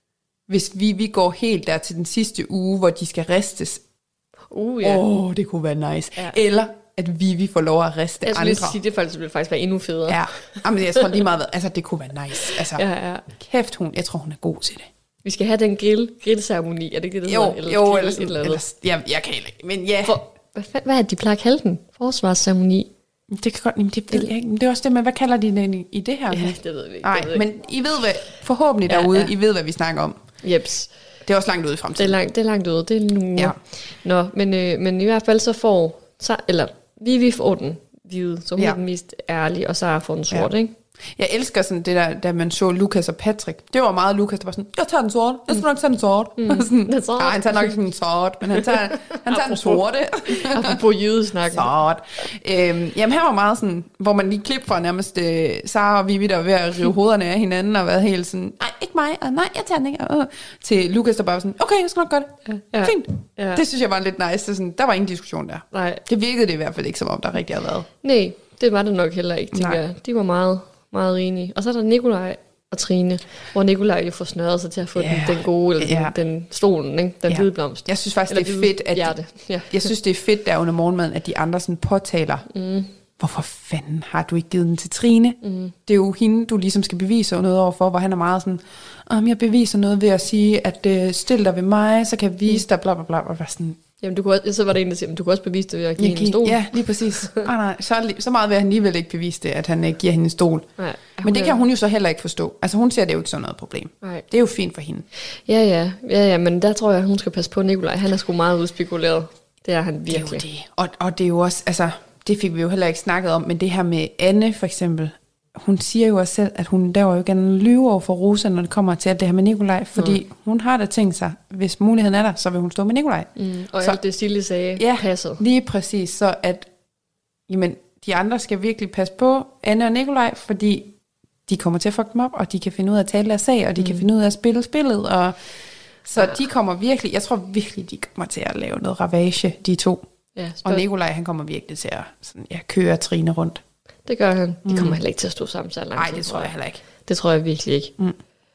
hvis vi, vi går helt der til den sidste uge, hvor de skal ristes. Uh, ja. Åh, oh, det kunne være nice. Ja. Eller at Vivi får lov at riste jeg andre. Jeg sige, det faktisk, ville faktisk være endnu federe. Ja, jamen, jeg tror lige meget, altså det kunne være nice. Altså, ja, ja. Kæft, hun, jeg tror, hun er god til det. Vi skal have den grill, grillceremoni, er det ikke det, der jo, hedder? Eller jo, grill, eller sådan, eller, eller, jeg, jeg kan ikke, men ja. For, hvad, hvad er det, de plejer at kalde den? Forsvarsceremoni? Det kan godt, jamen, det ved jeg ikke. Det er også det med, hvad kalder de den i, i det her? Ja, det ved vi ikke. Nej, ved men ikke. I ved hvad, forhåbentlig ja, derude, ja. I ved, hvad vi snakker om. Jeps. Det er også langt ude i fremtiden. Det er langt, det er langt ude, det er nu. Ja. Nå, men, øh, men i hvert fald så får, så, eller Vivi får den hvide, så hun ja. er den mest ærlige, og Sara får den sorte, ja. ikke? Jeg elsker sådan det der, da man så Lukas og Patrick. Det var meget Lukas, der var sådan, jeg tager den sorte, jeg skal nok tage den sorte. Mm. sådan, den sorte. Nej, han tager nok ikke den sorte, men han tager, han tager den sorte. Apropos jydesnakken. Sort. Øhm, jamen her var meget sådan, hvor man lige klip fra nærmest øh, Sara og Vivi, der var ved at rive hovederne af hinanden, og været helt sådan, nej, ikke mig, og nej, jeg tager den ikke. Øh. Til Lukas, der bare var sådan, okay, jeg skal nok gøre det. Ja. Fint. Ja. Det synes jeg var lidt nice. Det sådan, der var ingen diskussion der. Nej. Det virkede det i hvert fald ikke, som om der rigtig havde været. Nej, det var det nok heller ikke, tænker jeg. De var meget, meget enige. Og så er der Nikolaj og Trine, hvor Nikolaj jo får snørret sig til at få yeah. den, den gode, eller yeah. den, den stolen, ikke? Den yeah. hvide blomst. Jeg synes faktisk, eller det er fedt, at de, ja. jeg synes, det er fedt der under morgenmaden, at de andre sådan påtaler, mm. hvorfor fanden har du ikke givet den til Trine? Mm. Det er jo hende, du ligesom skal bevise noget overfor, hvor han er meget sådan, om jeg beviser noget ved at sige, at øh, stil dig ved mig, så kan jeg vise dig, bla bla bla, og sådan. Jamen, du kunne også, så var det en, der siger, du kunne også bevise det ved at give hende en stol. Ja, lige præcis. ah, nej, så, så meget vil han alligevel ikke bevise det, at han øh, giver hende en stol. Nej, men det kan hun jo så heller ikke forstå. Altså hun ser det jo ikke sådan noget problem. Nej. Det er jo fint for hende. Ja, ja, ja, ja, men der tror jeg, at hun skal passe på Nikolaj. Han er sgu meget udspekuleret. Det er han virkelig. Det er jo det. Og, og det er jo også, altså, det fik vi jo heller ikke snakket om, men det her med Anne for eksempel, hun siger jo også selv, at hun der jo ikke gerne lyve over for Rosa, når det kommer til alt det her med Nikolaj, fordi mm. hun har da tænkt sig, hvis muligheden er der, så vil hun stå med Nikolaj. Mm. Og så, alt det Silje sagde, ja, passer. Lige præcis, så at jamen, de andre skal virkelig passe på Anne og Nikolaj, fordi de kommer til at fuck dem op, og de kan finde ud af at tale deres sag, og de mm. kan finde ud af at spille spillet, og så ja. de kommer virkelig, jeg tror virkelig, de kommer til at lave noget ravage, de to. Ja, og Nikolaj, han kommer virkelig til at sådan, ja, køre Trine rundt. Det gør han. De kommer mm. heller ikke til at stå sammen så lang tid. Nej, det tror jeg heller ikke. Det tror jeg virkelig ikke. Mm.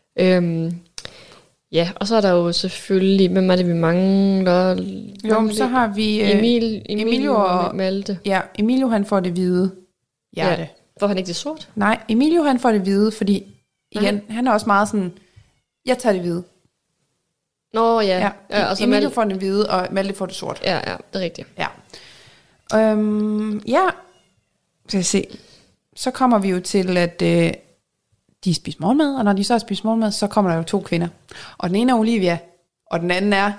Øhm, ja, og så er der jo selvfølgelig, hvem er det, vi mangler? Jo, så har vi øh, Emil, Emilio, Emilio og Malte. Ja, Emilio han får det hvide hjerte. Ja. Får han ikke det sort? Nej, Emilio han får det hvide, fordi igen, Aha. han er også meget sådan, jeg tager det hvide. Nå ja. ja. ja og så Emilio Mal- får det hvide, og Malte får det sort. Ja, ja, det er rigtigt. Ja. Øhm, ja, skal jeg se. Så kommer vi jo til, at øh, de spiser morgenmad, og når de så har spist morgenmad, så kommer der jo to kvinder. Og den ene er Olivia, og den anden er...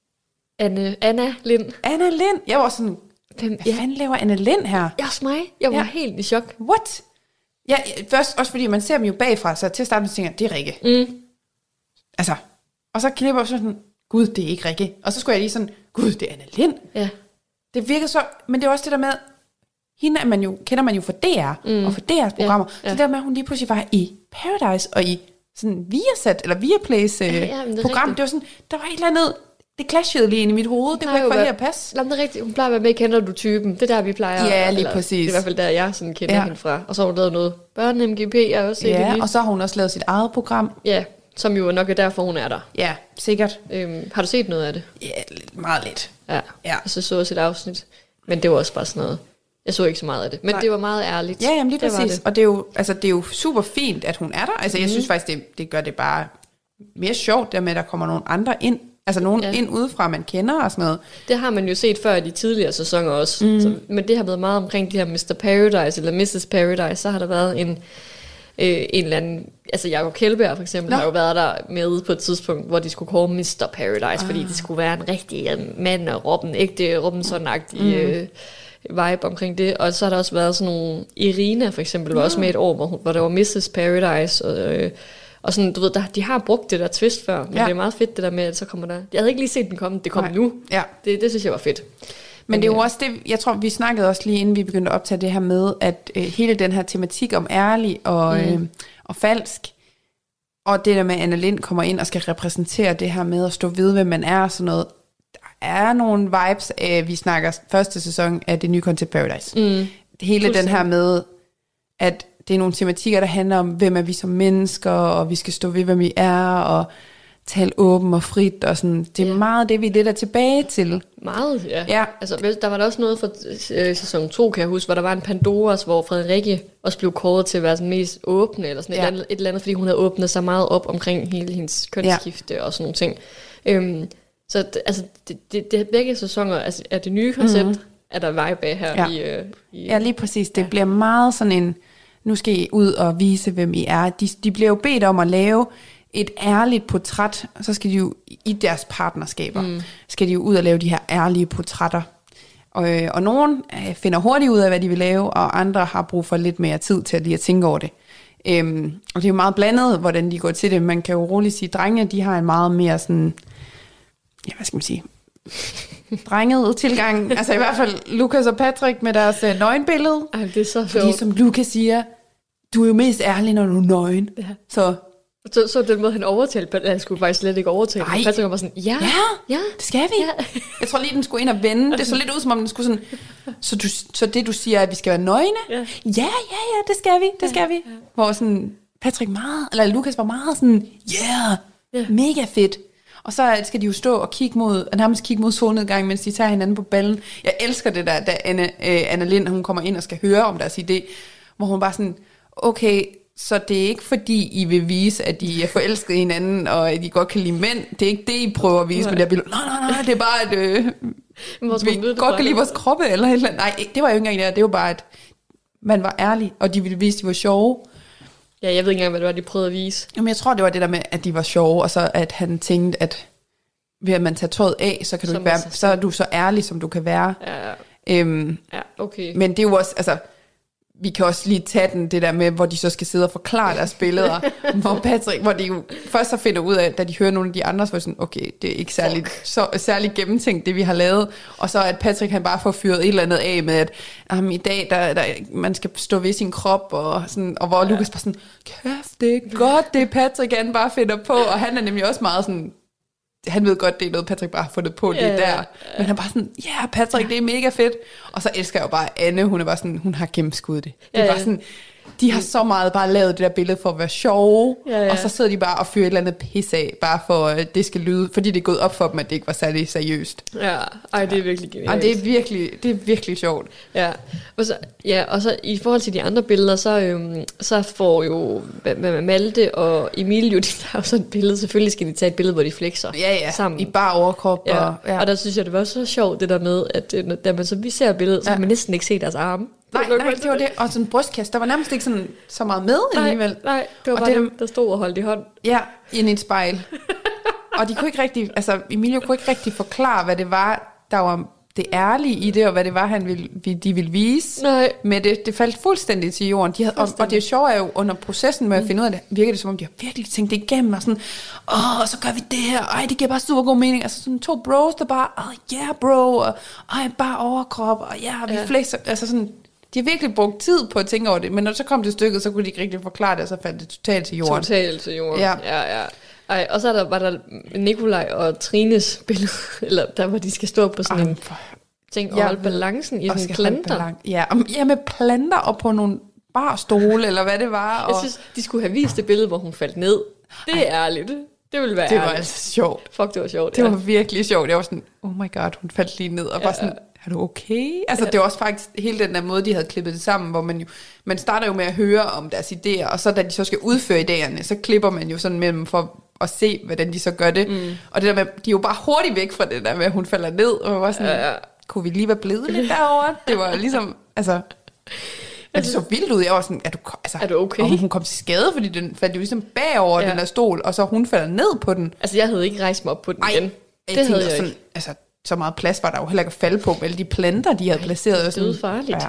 Anne, Anna Lind. Anna Lind. Jeg var sådan, Hvem, hvad ja. fanden laver Anna Lind her? Ja, også mig. Jeg var ja. helt i chok. What? Ja, først også fordi man ser dem jo bagfra, så til at starte med tænker jeg, det er Rikke. Mm. Altså, og så klipper jeg sådan, gud, det er ikke Rikke. Og så skulle jeg lige sådan, gud, det er Anna Lind. Ja. Det virker så, men det er også det der med, hende er man jo, kender man jo fra D R, mm. og fra D R's programmer. Ja, ja. Så der med, at hun lige pludselig var i Paradise, og i sådan Viasat, eller Viaplays øh, ja, ja, det program. Rigtigt. Det var sådan, der var et eller andet, det clashede lige ind i mit hoved. Det kunne ikke være at passe. Jamen, det er rigtigt. Hun plejer at være med, kender du typen. Det er der, vi plejer. Ja, lige eller, præcis. Det er i hvert fald der, jeg sådan kender ja. hende fra. Og så har hun lavet noget børne-M G P, jeg har også set ja, det. Og så har hun også lavet sit eget program. Ja, som jo nok er derfor, hun er der. Ja, sikkert. Øhm, har du set noget af det? Ja, meget lidt. Ja, ja. Og så så jeg et afsnit. Men det var også bare sådan noget. Jeg så ikke så meget af det, men Nej. det var meget ærligt. Ja, jamen lige det præcis. Det. Og det er, jo, altså, det er jo super fint, at hun er der. Altså, mm. jeg synes faktisk, det, det gør det bare mere sjovt, der med, at der kommer nogle andre ind. Altså nogen ja. ind udefra, man kender og sådan noget. Det har man jo set før i de tidligere sæsoner også. Mm. Så, men det har været meget omkring de her mister Paradise eller missus Paradise. Så har der været en, øh, en eller anden... Altså Jacob Kjellberg for eksempel Nå. har jo været der med på et tidspunkt, hvor de skulle kåre mister Paradise, ah. fordi det skulle være en rigtig uh, mand og Robben, ægte Robinson-agtig mm. øh, vibe omkring det. Og så har der også været sådan nogle... Irina for eksempel var mm. også med et år, hvor, hvor der var missus Paradise og... Øh, Og sådan, du ved, der, de har brugt det der twist før, men ja. det er meget fedt det der med, at så kommer der... Jeg havde ikke lige set den komme, det kom Nej. nu. Ja. Det, det synes jeg var fedt. Men, men det er jo også det, jeg tror, vi snakkede også lige inden vi begyndte at optage det her med, at øh, hele den her tematik om ærlig og, mm. øh, og falsk, og det der med, at Anna Lind kommer ind og skal repræsentere det her med at stå ved, hvem man er og sådan noget. Der er nogle vibes af, vi snakker første sæson af det nye Concept Paradise. Mm. Hele den her med, at det er nogle tematikker, der handler om, hvem er vi som mennesker, og vi skal stå ved, hvem vi er, og tale åben og frit, og sådan, det er Ja. meget det, vi lidt er tilbage til. Meget, ja. Ja. Altså, der var der også noget fra øh, sæson to, kan jeg huske, hvor der var en Pandoras, hvor Frederikke også blev kåret til at være den mest åbne, eller sådan Ja. et, eller andet, et eller andet, fordi hun havde åbnet sig meget op omkring hele hendes kønsskifte ja. og sådan nogle ting. Øhm, så d- altså, det, det, det begge sæsoner altså, er det nye koncept, mm-hmm. er der vibe af her Ja. i, øh, i... Ja, lige præcis. Det ja. bliver meget sådan en, nu skal I ud og vise, hvem I er. De, de bliver jo bedt om at lave et ærligt portræt, og så skal de jo i deres partnerskaber, mm. skal de jo ud og lave de her ærlige portrætter. Og, øh, og nogen øh, finder hurtigt ud af, hvad de vil lave, og andre har brug for lidt mere tid til at lige at tænke over det. Øhm, og det er jo meget blandet, hvordan de går til det. Man kan jo roligt sige, at drenge, de har en meget mere sådan, ja, hvad skal man sige, drenget tilgang. Altså i hvert fald Lukas og Patrick med deres øh, nøgenbillede. Ej, det er så Fordi sjovt. som Lukas siger, du er jo mest ærlig, når du er nøgen. Ja. Så Så, så den måde, han overtalte, han skulle faktisk slet ikke overtale. Ej. Patrick var sådan, ja, ja, ja. det skal vi. Ja. Jeg tror lige, den skulle ind og vende. Det så lidt ud, som om den skulle sådan, så, du, så det du siger, at vi skal være nøgne? Ja. Ja, ja, ja, det skal vi, det skal vi. Hvor sådan, Patrick meget, eller Lukas var meget sådan, yeah, Ja. mega fedt. Og så skal de jo stå og kigge mod, nærmest kigge mod solnedgang, mens de tager hinanden på ballen. Jeg elsker det der, da Anna, øh, Anna Lind, hun kommer ind og skal høre om deres idé, hvor hun bare sådan, okay, så det er ikke fordi, I vil vise, at I er forelskede i hinanden, og at I godt kan lide mænd. Det er ikke det, I prøver at vise Nej. med det her billede. Nej, nej, nej, det er bare, at øh, Hvor skulle vi man vide det godt fra? kan lide vores kroppe, eller et eller andet. Nej, det var jo ikke engang det. Det var bare, at man var ærlig, og de ville vise, at de var sjove. Ja, jeg ved ikke engang, hvad det var, de prøvede at vise. Jamen, jeg tror, det var det der med, at de var sjove, og så at han tænkte, at ved at man tager tøjet af, så, kan du Så ikke være, man sig så er du så ærlig, som du kan være. Ja, Øhm, ja, okay. men det er jo også, altså, vi kan også lige tage den, det der med, hvor de så skal sidde og forklare deres billeder, hvor Patrick, hvor de jo først så finder ud af, da de hører nogle af de andre, så er sådan, okay, det er ikke særlig, så, særlig gennemtænkt, det vi har lavet, og så at Patrick han bare får fyret et eller andet af med, at um, i dag, der, der, man skal stå ved sin krop, og, sådan, og hvor ja. Lukas bare sådan, kæft, det er godt, det Patrick han bare finder på, og han er nemlig også meget sådan, han ved godt, det er noget, Patrick bare har fundet på lige Ja, der. ja. Men han er bare sådan, ja, yeah, Patrick, det er mega fedt. Og så elsker jeg jo bare Anne, hun er bare sådan, hun har gennemskuddet det. Det er Ja, bare ja. sådan, de har så meget bare lavet det der billede for at være sjove, Ja, ja. og så sidder de bare og fyrer et eller andet pis af, bare for at det skal lyde, fordi det er gået op for dem, at det ikke var særlig seriøst. Ja, ej, det er virkelig genialt. Og det er virkelig, det er virkelig sjovt. Ja, og så, ja, og så i forhold til de andre billeder, så, øhm, så får jo med, med Malte og Emilio, de tager jo sådan et billede. Selvfølgelig skal de tage et billede, hvor de flexer Ja, ja, sammen. i bare overkrop. Ja. Og, ja. og der synes jeg, det var så sjovt, det der med, at øh, da man så vi ser billedet, så Ja. kan man næsten ikke se deres arme. nej, nej, det var det. Og sådan en brystkast, der var nærmest ikke sådan, så meget med alligevel. Nej, nej, det var Og bare det- dem, der stod og holdt i hånd. Ja, ind i et spejl. Og de kunne ikke rigtig, altså Emilio kunne ikke rigtig forklare, hvad det var, der var det ærlige i det, og hvad det var, han ville, de ville vise. Nej. Men det, det faldt fuldstændig til jorden. De havde, og, og det sjove er jo, under processen med at finde ud af det, virker det som om, de har virkelig tænkt det igennem, og sådan, åh, så gør vi det her, ej, det giver bare super god mening. Altså sådan to bros, der bare, åh, oh, yeah, bro, og ej, bare overkrop, og ja, vi Ja. flexer, altså sådan, de har virkelig brugt tid på at tænke over det, men når det så kom til stykket, så kunne de ikke rigtig forklare det, og så faldt det totalt til jorden. Totalt til jorden. Ja. ja, ja. Ej, og så er der, var der Nikolaj og Trines billede, eller der hvor de skal stå på sådan Ej, en for- ting og Jeg holde ved- balancen i og sådan skal holde planter. balan- Ja, om, ja, med planter og på nogle barstole, eller hvad det var. Og Jeg synes, de skulle have vist det billede, hvor hun faldt ned. Det er ærligt. Det ville være det var ærligt. altså sjovt. Fuck, det var sjovt. Det ja. var virkelig sjovt. Jeg var sådan, oh my god, hun faldt lige ned, og bare sådan, er du okay? Altså, det var også faktisk hele den der måde, de havde klippet det sammen, hvor man jo, man starter jo med at høre om deres idéer, og så da de så skal udføre idéerne, så klipper man jo sådan mellem for at se, hvordan de så gør det. Mm. Og det der med, de er jo bare hurtigt væk fra det der med, at hun falder ned, og man var sådan, Ja, ja. kunne vi lige være blevet lidt derovre? Det var ligesom, altså... Men det så vildt ud. Jeg var sådan, er du, altså, Er du okay? Og hun kom til skade, fordi den faldt jo ligesom bagover Ja. den der stol, og så hun falder ned på den. Altså, jeg havde ikke rejst mig op på den Ej, igen. jeg Det tænkte havde jeg sådan, ikke. altså, så meget plads var der jo heller ikke at falde på, med alle de planter, de havde placeret. og sådan. dødfarligt. Ja.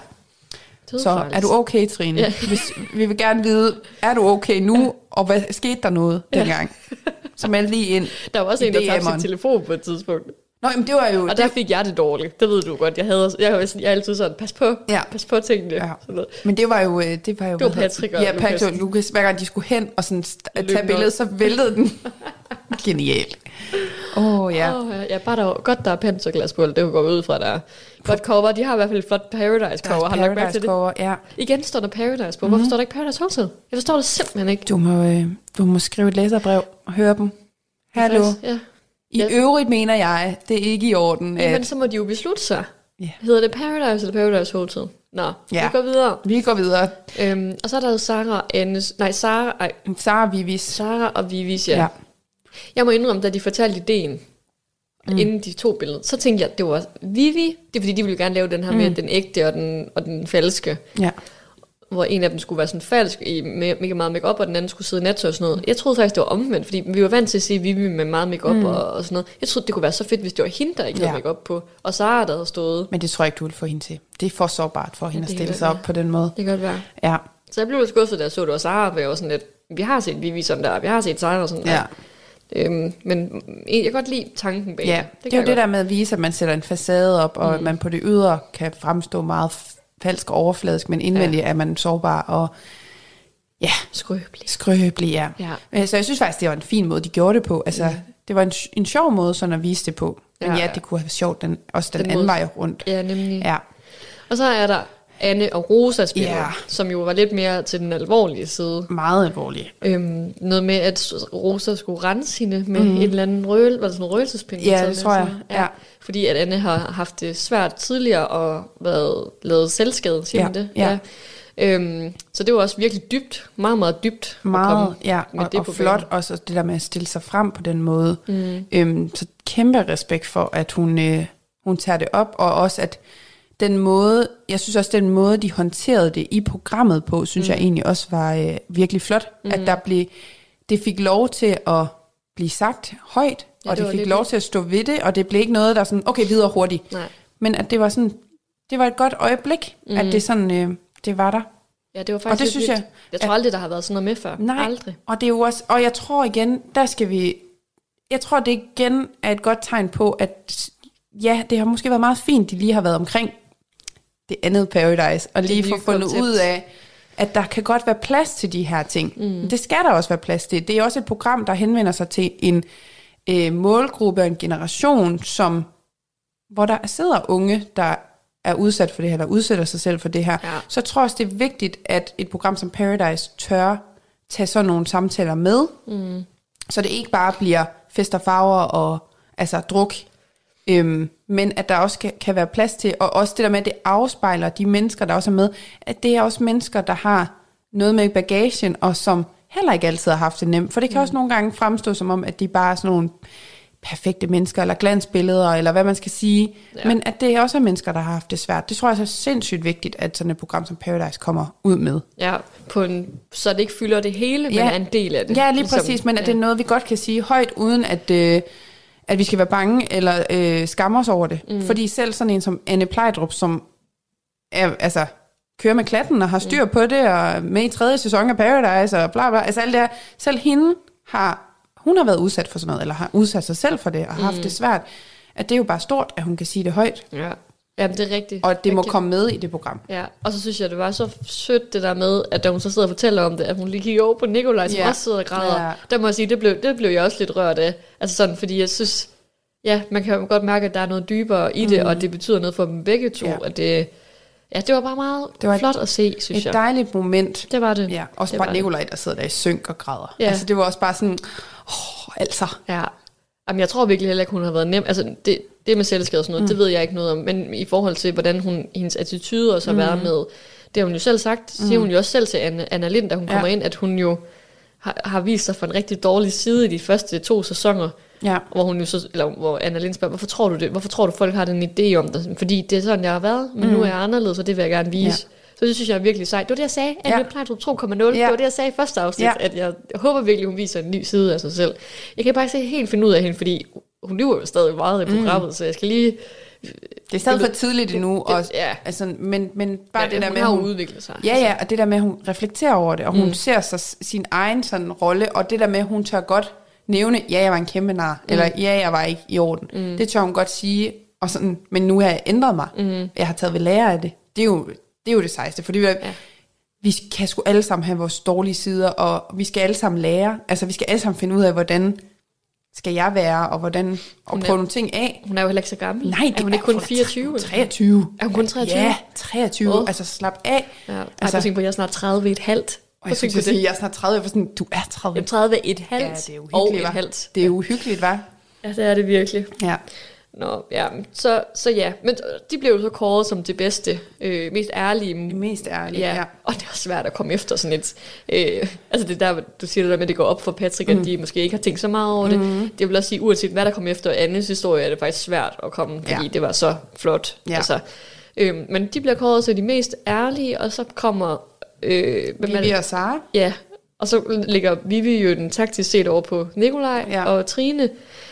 Så Dødfarligt. er du okay, Trine? Ja. Hvis, vi vil gerne vide, er du okay nu, og hvad skete der noget dengang? Så meld lige ind. Der var også i en, der tabte D M'eren. sin telefon på et tidspunkt. Nå, men det var jo... Og der fik jeg det dårligt. Det ved du godt. Jeg havde, jeg, jeg, jeg er altid sådan, pas på, Ja. pas på tingene. Ja. Sådan noget. Men det var jo... øh, Det var, jo, Det var hvad hedder- Patrick og ja, Lukas. Patrick og Lukas. Hver gang de skulle hen og sådan st- Løb tage nok. billedet, så væltede den. Genialt. Åh, oh, ja. Åh, ja. ja, bare der er, godt, der er panserglas på, det kan gå ud fra, der er godt cover. De har i hvert fald et flot Paradise cover. Har du lagt mærke til det? Cover, ja. Igen står der Paradise på. Hvorfor står der ikke Paradise Hotel? Jeg forstår det simpelthen ikke. Du må, øh, du må skrive et læserbrev og høre dem. Hallo. Ja. I Ja. øvrigt mener jeg, det er ikke i orden. Jamen, At... så må de jo beslutte sig. Ja. Hedder det Paradise eller Paradise Hotel? Nå, Ja. vi går videre. Vi går videre. Øhm, og så er der jo Sara og Annes... Nej, Sara, ej, Sara Vivis. Sara og Vivis, ja. Ja. Jeg må indrømme, da de fortalte ideen, mm. inden de to billeder, så tænkte jeg, at det var Vivi. Det er fordi, de ville gerne lave den her mm. med den ægte og den, og den falske. Ja. Hvor en af dem skulle være sådan falsk i mega meget makeup, og den anden skulle sidde i nattøj og sådan noget. Jeg troede faktisk, det var omvendt, fordi vi var vant til at se Vivi med meget makeup mm. og, og sådan noget. Jeg troede, det kunne være så fedt, hvis det var hende, der ikke havde Ja. makeup på, og Sara, der havde stået. Men det tror jeg ikke, du vil få hende til. Det er for sårbart for hende Ja, at det stille kan sig godt op på den måde. Det kan godt være. Ja. Så jeg blev lidt skuffet, da jeg så, det var Sara, for jeg var sådan lidt, vi har set Vivi sådan der, vi har set Sara og sådan der. Ja. Øhm, men jeg kan godt lide tanken bag. Ja, det, det er jo det der med at vise, at man sætter en facade op, og mm. man på det ydre kan fremstå meget falsk og overfladisk, men indvendigt ja. er man sårbar og ja, Skrøbelig. skrøbelig. Ja. Ja. Så jeg synes faktisk, det var en fin måde, de gjorde det på. Altså, mm. det var en, en sjov måde sådan at vise det på. Men ja, Ja, ja ja. det kunne have været sjovt, den, også den, Den anden måde- vej rundt. Ja, nemlig. Ja. Og så er der Anne og Rosas billeder, Ja. som jo var lidt mere til den alvorlige side. Meget alvorligt. Øhm, noget med, at Rosa skulle rense hende med mm. et eller andet røl, var det sådan en røgelsespinde? Ja, sådan det tror jeg. sådan? Ja. Fordi at Anne har haft det svært tidligere og været lavet selvskade, siger Ja, man det? ja. Øhm, så det var også virkelig dybt, meget, meget dybt. at Meget, komme ja, med og, det og på flot banen. også det der med at stille sig frem på den måde. Mm. Øhm, så kæmpe respekt for, at hun, øh, hun tager det op, og også at den måde, jeg synes også, den måde, de håndterede det i programmet på, synes mm. jeg egentlig også var øh, virkelig flot. Mm. At der blev, det fik lov til at blive sagt højt, Ja, og det det var fik lidt lov vildt. til at stå ved det, og det blev ikke noget, der sådan, okay, videre hurtigt. Nej. Men at det var sådan, det var et godt øjeblik, mm. at det sådan, øh, det var der. Ja, det var faktisk Og det lidt synes vildt. jeg, Jeg tror at- aldrig, der har været sådan noget med før. Nej, Aldrig. og det er jo også, og jeg tror igen, der skal vi, jeg tror det igen er et godt tegn på, at ja, det har måske været meget fint, de lige har været omkring det andet Paradise, og lige nye få fundet koncept. ud af, at der kan godt være plads til de her ting. Mm. Det skal der også være plads til. Det er også et program, der henvender sig til en øh, målgruppe og en generation, som, hvor der sidder unge, der er udsat for det her, der udsætter sig selv for det her. Ja. Så jeg tror også, det er vigtigt, at et program som Paradise tør tage sådan nogle samtaler med, mm. så det ikke bare bliver fest og farver og altså druk, øhm, men at der også kan, kan være plads til, og også det der med, at det afspejler de mennesker, der også er med, at det er også mennesker, der har noget med bagagen, og som heller ikke altid har haft det nemt. For det kan mm. også nogle gange fremstå som om, at de bare er sådan nogle perfekte mennesker, eller glansbilleder, eller hvad man skal sige. Ja. Men at det også er mennesker, der har haft det svært. Det tror jeg er sindssygt vigtigt, at sådan et program som Paradise kommer ud med. Ja, på en, så det ikke fylder det hele, Ja. men er en del af det. Ja, lige præcis, men at det er noget, vi godt kan sige højt, uden at, øh, at vi skal være bange, eller øh, skamme os over det. Mm. Fordi selv sådan en som Anne Plejdrup, som er, altså, kører med klatten, og har styr på det, og er med i tredje sæson af Paradise, og bla bla, altså alt det her. Selv hende har, hun har været udsat for sådan noget, eller har udsat sig selv for det, og har haft det svært. At det er jo bare stort, at hun kan sige det højt, Ja, Jamen, det er rigtigt. og at det må Rigtigt. komme med i det program. Ja, og så synes jeg, det var så sødt det der med, at da hun så sidder og fortæller om det, at hun lige kigger over på Nikolaj, som Ja. også sidder og græder. Ja. Der må jeg sige, det blev, det blev jeg også lidt rørt af. Altså sådan, fordi jeg synes, ja, man kan godt mærke, at der er noget dybere i det, og det betyder noget for dem begge to. Ja. At det, ja, det var bare meget Det var et- flot at se, synes Et jeg. dejligt moment. Det var det. Ja, også det bare var det. Nikolaj, der sidder der i synk og græder. Ja. Altså det var også bare sådan, åh, altså. Ja. Jamen, jeg tror virkelig heller ikke, hun har været nem. Altså, det, det med selvskade og sådan noget, mm. det ved jeg ikke noget om. Men i forhold til, hvordan hun, hendes attitude også har mm. været med, det har hun jo selv sagt, siger hun jo også selv til Anna, Anna Lind, da hun Ja. kommer ind, at hun jo har, har vist sig fra en rigtig dårlig side i de første to sæsoner, Ja. hvor hun jo så, eller hvor Anna Lind spørger, hvorfor tror du det? Hvorfor tror du, folk har den idé om det? Fordi det er sådan, jeg har været, men mm. nu er jeg anderledes, og det vil jeg gerne vise. Ja. Så det synes jeg er virkelig sejt. Det var det, jeg sagde. Anne Ja. Plejdrup to komma nul. Ja. Det var det, jeg sagde i første afsnit, Ja. at jeg, jeg håber virkelig, hun viser en ny side af sig selv. Jeg kan bare ikke se helt finde ud af hende, fordi hun lyver jo stadig meget i programmet, mm. så jeg skal lige... Det er stadig for tidligt endnu, og, ja. altså, men, men bare Ja, det der hun med, har at jo hun, udviklet sig. ja, ja, og det der med, at hun reflekterer over det, og hun Mm. ser sig sin egen sådan rolle, og det der med, at hun tør godt nævne, ja, jeg var en kæmpe nar, mm. eller ja, jeg var ikke i orden. Mm. Det tør hun godt sige, og sådan, men nu har jeg ændret mig. Mm. Jeg har taget ved lære af det. Det er jo det, er jo det sejeste, fordi vi, ja. vi kan sgu alle sammen have vores dårlige sider, og vi skal alle sammen lære, altså vi skal alle sammen finde ud af, hvordan skal jeg være, og hvordan, og er- prøve nogle ting af. Hun er jo heller ikke så gammel. Nej, det er hun ikke kun hun da fireogtyve? eller? treogtyve. Er hun kun treogtyve? Ja, treogtyve. Åh. Altså slap af. Ja. Altså, Altså- jeg tænker på, at jeg er snart tredive et halvt. Og jeg skulle sige, at jeg er snart tredive. Jeg var sådan, du er tredive. Jeg er tredive et halvt ja, det er og et et halvt. Det er uhyggeligt, hva'? Ja, det er det virkelig. Ja. Nå, ja, så, så ja. Men de blev jo så kåret som det bedste, øh, mest ærlige. Det mest ærlige, ja. ja. Og det er svært at komme efter sådan et... Øh, altså det der, du siger det der med, at det går op for Patrick, mm. at de måske ikke har tænkt så meget over det. Mm. Det vil også sige, uanset hvad der kommer efter Annes historie, er det faktisk svært at komme, fordi ja. det var så flot. Ja. Altså, øh, men de bliver kåret til de mest ærlige, og så kommer... Øh, Vivi og Sara. Ja, og så ligger Vivi jo den taktisk set over på Nikolaj ja. og Trine.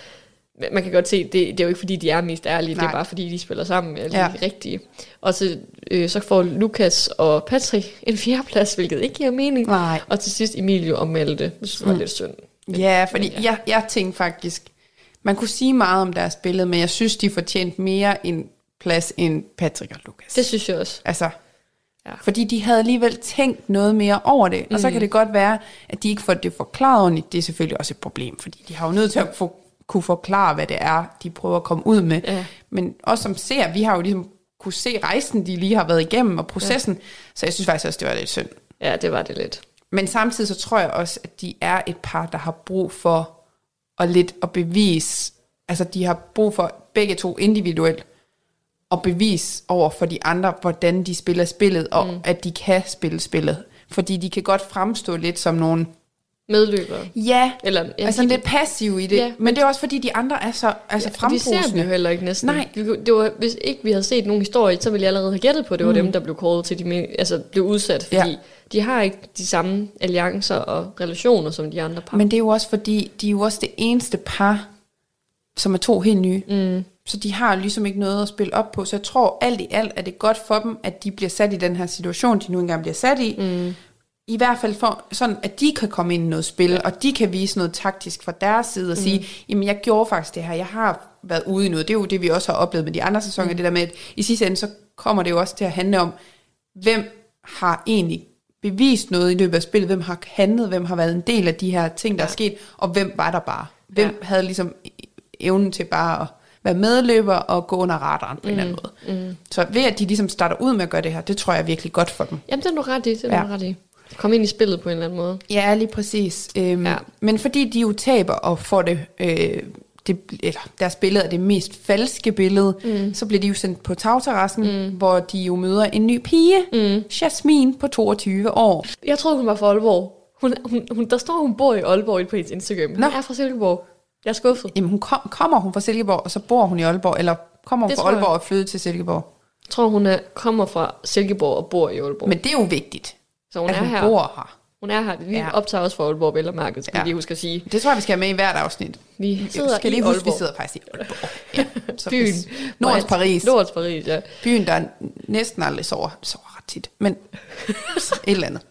Man kan godt se, det, det er jo ikke fordi, de er mest ærlige, Nej. det er bare fordi, de spiller sammen, eller ja. de rigtige. Og så, øh, så får Lukas og Patrick en fjerdeplads, hvilket ikke giver mening. Nej. Og til sidst Emilio og Malte, det var mm. lidt synd. Men, ja, fordi ja. Jeg, jeg tænkte faktisk, man kunne sige meget om deres billede, men jeg synes, de fortjente mere en plads end Patrick og Lukas. Det synes jeg også. Altså, ja. Fordi de havde alligevel tænkt noget mere over det, og mm. så kan det godt være, at de ikke får det forklaret ordentligt. Det er selvfølgelig også et problem, fordi de har jo nødt til at få kunne forklare, hvad det er, de prøver at komme ud med. Ja. Men også som ser, vi har jo ligesom kunne se rejsen, de lige har været igennem, og processen, ja. Så jeg synes faktisk også, det var lidt synd. Ja, det var det lidt. Men samtidig så tror jeg også, at de er et par, der har brug for at lidt at bevise, altså de har brug for begge to individuelt, at bevise over for de andre, hvordan de spiller spillet, og mm. at de kan spille spillet. Fordi de kan godt fremstå lidt som nogle medløbere. Ja, Eller, ja, altså de, lidt passiv i det. Ja, men, men det er også fordi, de andre er så altså ja, frembrusende. Vi ser dem jo heller ikke næsten. Nej. Det var, hvis ikke vi havde set nogen historie, så ville jeg allerede have gættet på, at det var mm. dem, der blev kåret til, de altså blev udsat. Fordi ja. de har ikke de samme alliancer og relationer, som de andre par. Men det er jo også fordi, de er jo også det eneste par, som er to helt nye. Mm. Så de har ligesom ikke noget at spille op på. Så jeg tror, alt i alt er det godt for dem, at de bliver sat i den her situation, de nu engang bliver sat i. Mm. I hvert fald for, sådan, at de kan komme ind i noget spil, ja. Og de kan vise noget taktisk fra deres side, og mm. sige, jamen jeg gjorde faktisk det her, jeg har været ude i noget. Det er jo det, vi også har oplevet med de andre sæsoner, mm. det der med, at i sidste ende, så kommer det jo også til at handle om, hvem har egentlig bevist noget i løbet af spillet, hvem har handlet, hvem har været en del af de her ting, der ja. er sket, og hvem var der bare? Hvem ja. havde ligesom evnen til bare at være medløber og gå under radaren på mm. en eller anden måde. Mm. Så ved at de ligesom starter ud med at gøre det her, det tror jeg er virkelig godt for dem. Jamen det er du ret i, det er ja. du ret i. Kom ind i spillet på en eller anden måde. Ja, lige præcis. Øhm, ja. Men fordi de jo taber og får det, øh, det eller deres billede er det mest falske billede, mm. så bliver de jo sendt på tagterrassen, mm. hvor de jo møder en ny pige, mm. Jasmine på toogtyve år. Jeg troede, hun var fra Aalborg. Hun, hun, hun, der står, hun bor i Aalborg på hendes Instagram. Hun Nå. er fra Silkeborg. Jeg er skuffet. Jamen, hun kom, kommer hun fra Silkeborg, og så bor hun i Aalborg, eller kommer hun det fra Aalborg jeg. og flytter til Silkeborg? Jeg tror, hun er, kommer fra Silkeborg og bor i Aalborg. Men det er jo vigtigt. Så hun at er hun her. bor her. Hun er her. Vi ja. optager også fra Aalborg, vel og mærket, skal ja. vi lige huske at sige. Det tror jeg, vi skal have med i hvert afsnit. Vi sidder skal i lige huske, Aalborg. vi sidder faktisk i Aalborg. Ja. Så Byen. Nordens Paris. Nordens Paris, ja. Byen, der næsten aldrig sover. Sover ret tit, men et eller andet.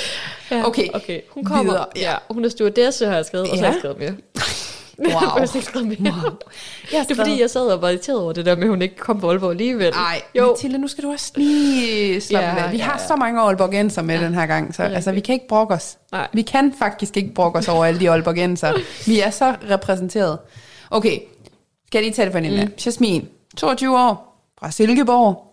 Ja. Okay, okay. Hun kommer. Videre. Ja. Hun er stewardesse, har jeg skrevet, og så har jeg skrevet mere. Wow. Jeg har ikke skrevet mere. Wow. Det er fordi, jeg sad og var irriteret over det der med, at hun ikke kom på Aalborg alligevel. Nej, Mathilde, nu skal du også lige slappe ja, af. Vi ja, har ja. så mange Aalborgenser med ja. den her gang, så altså, vi kan ikke brokke os. Nej. Vi kan faktisk ikke brokke os over alle de Aalborgenser. Vi er så repræsenteret. Okay, skal jeg lige tage det for en ende? Mm. Jasmine, toogtyve år, fra Silkeborg,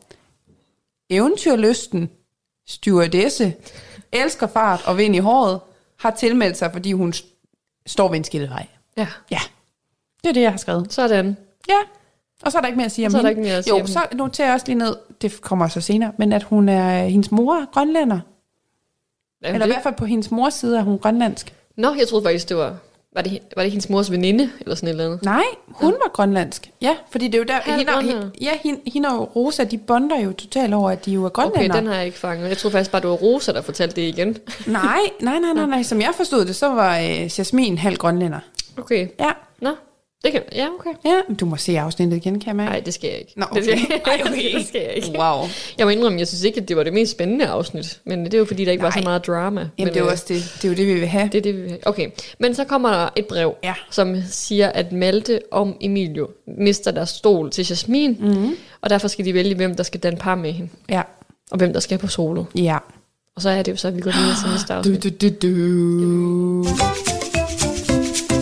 eventyrlysten, stewardesse, elsker fart og vind i håret, har tilmeldt sig, fordi hun står ved en skillevej. Ja. Ja, det er det, jeg har skrevet. Sådan. Ja, og så er der ikke mere at sige om så hende. Er der ikke mere at sige jo, så noterer jeg også lige ned, det kommer så senere, men at hun er, hendes mor er grønlænder. Jamen eller det? I hvert fald på hendes mors side er hun grønlandsk. Nå, jeg troede faktisk, det var, var det, var det hendes mors veninde, eller sådan et eller andet? Nej, hun ja. var grønlandsk. Ja, fordi det er jo der, hende og, ja, hende, hende og Rosa, de bonder jo totalt over, at de jo er grønlænder. Okay, den har jeg ikke fanget. Jeg troede faktisk bare, det var Rosa, der fortalte det igen. nej, nej, nej, nej, nej. Som jeg forstod det, så var øh, Jasmine halv grønlænder. Okay. Ja. Nå, det kan, ja, okay. Ja, du må se afsnittet igen, kan jeg mærke. Nej, det skal jeg ikke. Nå, okay. Det skal, Ej, okay. det skal jeg ikke. Wow. Jeg må indrømme, jeg synes ikke, at det var det mest spændende afsnit. Men det er jo fordi, der ikke Nej. var så meget drama. Jamen, men, det er jo også det, det, er jo det, vi vil have. Det er det, vi vil have. Okay, men så kommer der et brev, ja. som siger, at Malte og Emilio mister deres stol til Jasmine. Mm-hmm. Og derfor skal de vælge, hvem der skal danne par med hende. Ja. Og hvem der skal på solo. Ja. Og så er det jo så, at vi går videre til næste afsnit. Du, du, du, du.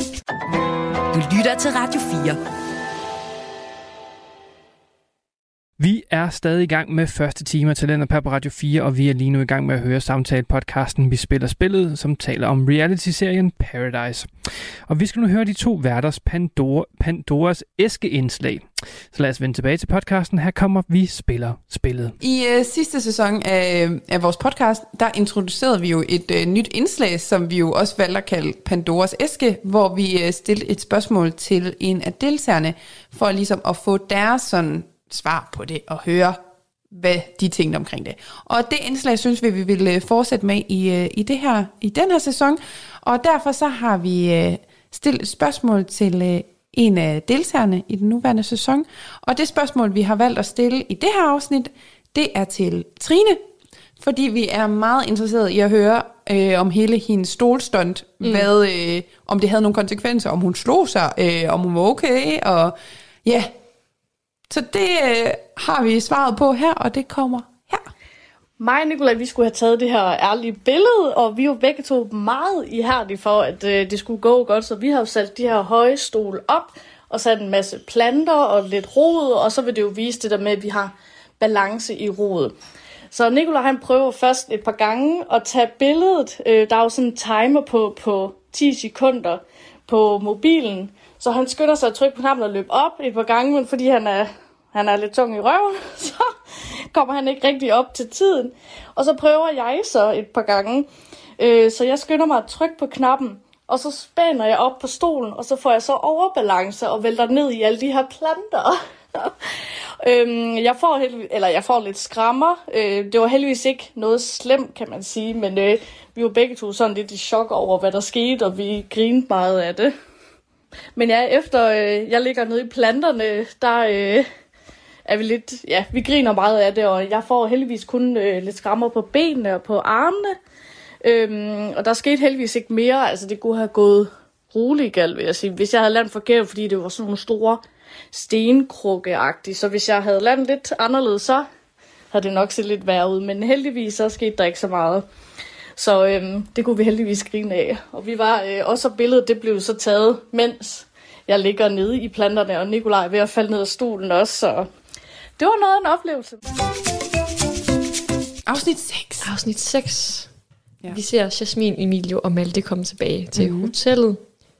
Du lytter til Radio fire. Vi er stadig i gang med første time af Talentet på Radio fire, og vi er lige nu i gang med at høre samtale-podcasten Vi Spiller Spillet, som taler om reality-serien Paradise. Og vi skal nu høre de to værters Pandora, Pandoras æskeindslag. Så lad os vende tilbage til podcasten. Her kommer Vi Spiller Spillet. I øh, sidste sæson af, af vores podcast, der introducerede vi jo et øh, nyt indslag, som vi jo også valgte at kalde Pandoras æske, hvor vi øh, stillede et spørgsmål til en af deltagerne, for ligesom at få deres sådan svar på det, og høre, hvad de tænkte omkring det. Og det indslag, synes vi, vi vil fortsætte med i, i, det her, i den her sæson, og derfor så har vi stillet et spørgsmål til en af deltagerne i den nuværende sæson, og det spørgsmål, vi har valgt at stille i det her afsnit, det er til Trine, fordi vi er meget interesserede i at høre øh, om hele hendes stolstunt, mm. hvad, øh, om det havde nogle konsekvenser, om hun slog sig, øh, om hun var okay, og ja. Så det øh, har vi svaret på her, og det kommer her. Mig og Nicolaj, vi skulle have taget det her ærlige billede, og vi var begge to meget ihærdige for, at øh, det skulle gå godt. Så vi har jo sat de her høje stole op, og sat en masse planter og lidt rod, og så vil det jo vise det der med, at vi har balance i rodet. Så Nicolaj, han prøver først et par gange at tage billedet. Øh, der er jo sådan en timer på, på ti sekunder på mobilen, så han skynder sig at trykke på knappen og løbe op et par gange, men fordi han er, han er lidt tung i røven, så kommer han ikke rigtig op til tiden. Og så prøver jeg så et par gange, øh, så jeg skynder mig at trykke på knappen, og så spænder jeg op på stolen, og så får jeg så overbalance og vælter ned i alle de her planter. øhm, jeg, får heldig, eller jeg får lidt skrammer. Øh, det var heldigvis ikke noget slemt, kan man sige, men øh, vi var begge to sådan lidt i chok over, hvad der skete, og vi grinede meget af det. Men ja, efter øh, jeg ligger nede i planterne, der øh, er vi lidt, ja, vi griner meget af det, og jeg får heldigvis kun øh, lidt skrammer på benene og på armene. Øhm, og der skete heldigvis ikke mere, altså det kunne have gået roligt galt, vil jeg sige. Hvis jeg havde landet forkert, fordi det var sådan nogle store stenkrukkeagtige, så hvis jeg havde landet lidt anderledes, så havde det nok set lidt værre ud. Men heldigvis så skete der ikke så meget. Så øhm, det kunne vi heldigvis grine af. Og vi var øh, også billedet, det blev så taget, mens jeg ligger nede i planterne, og Nicolaj er ved at falde ned af stolen også. Så det var noget af en oplevelse. Afsnit seks. Afsnit seks. Ja. Vi ser Jasmin, Emilio og Malte komme tilbage til Mhm. hotellet.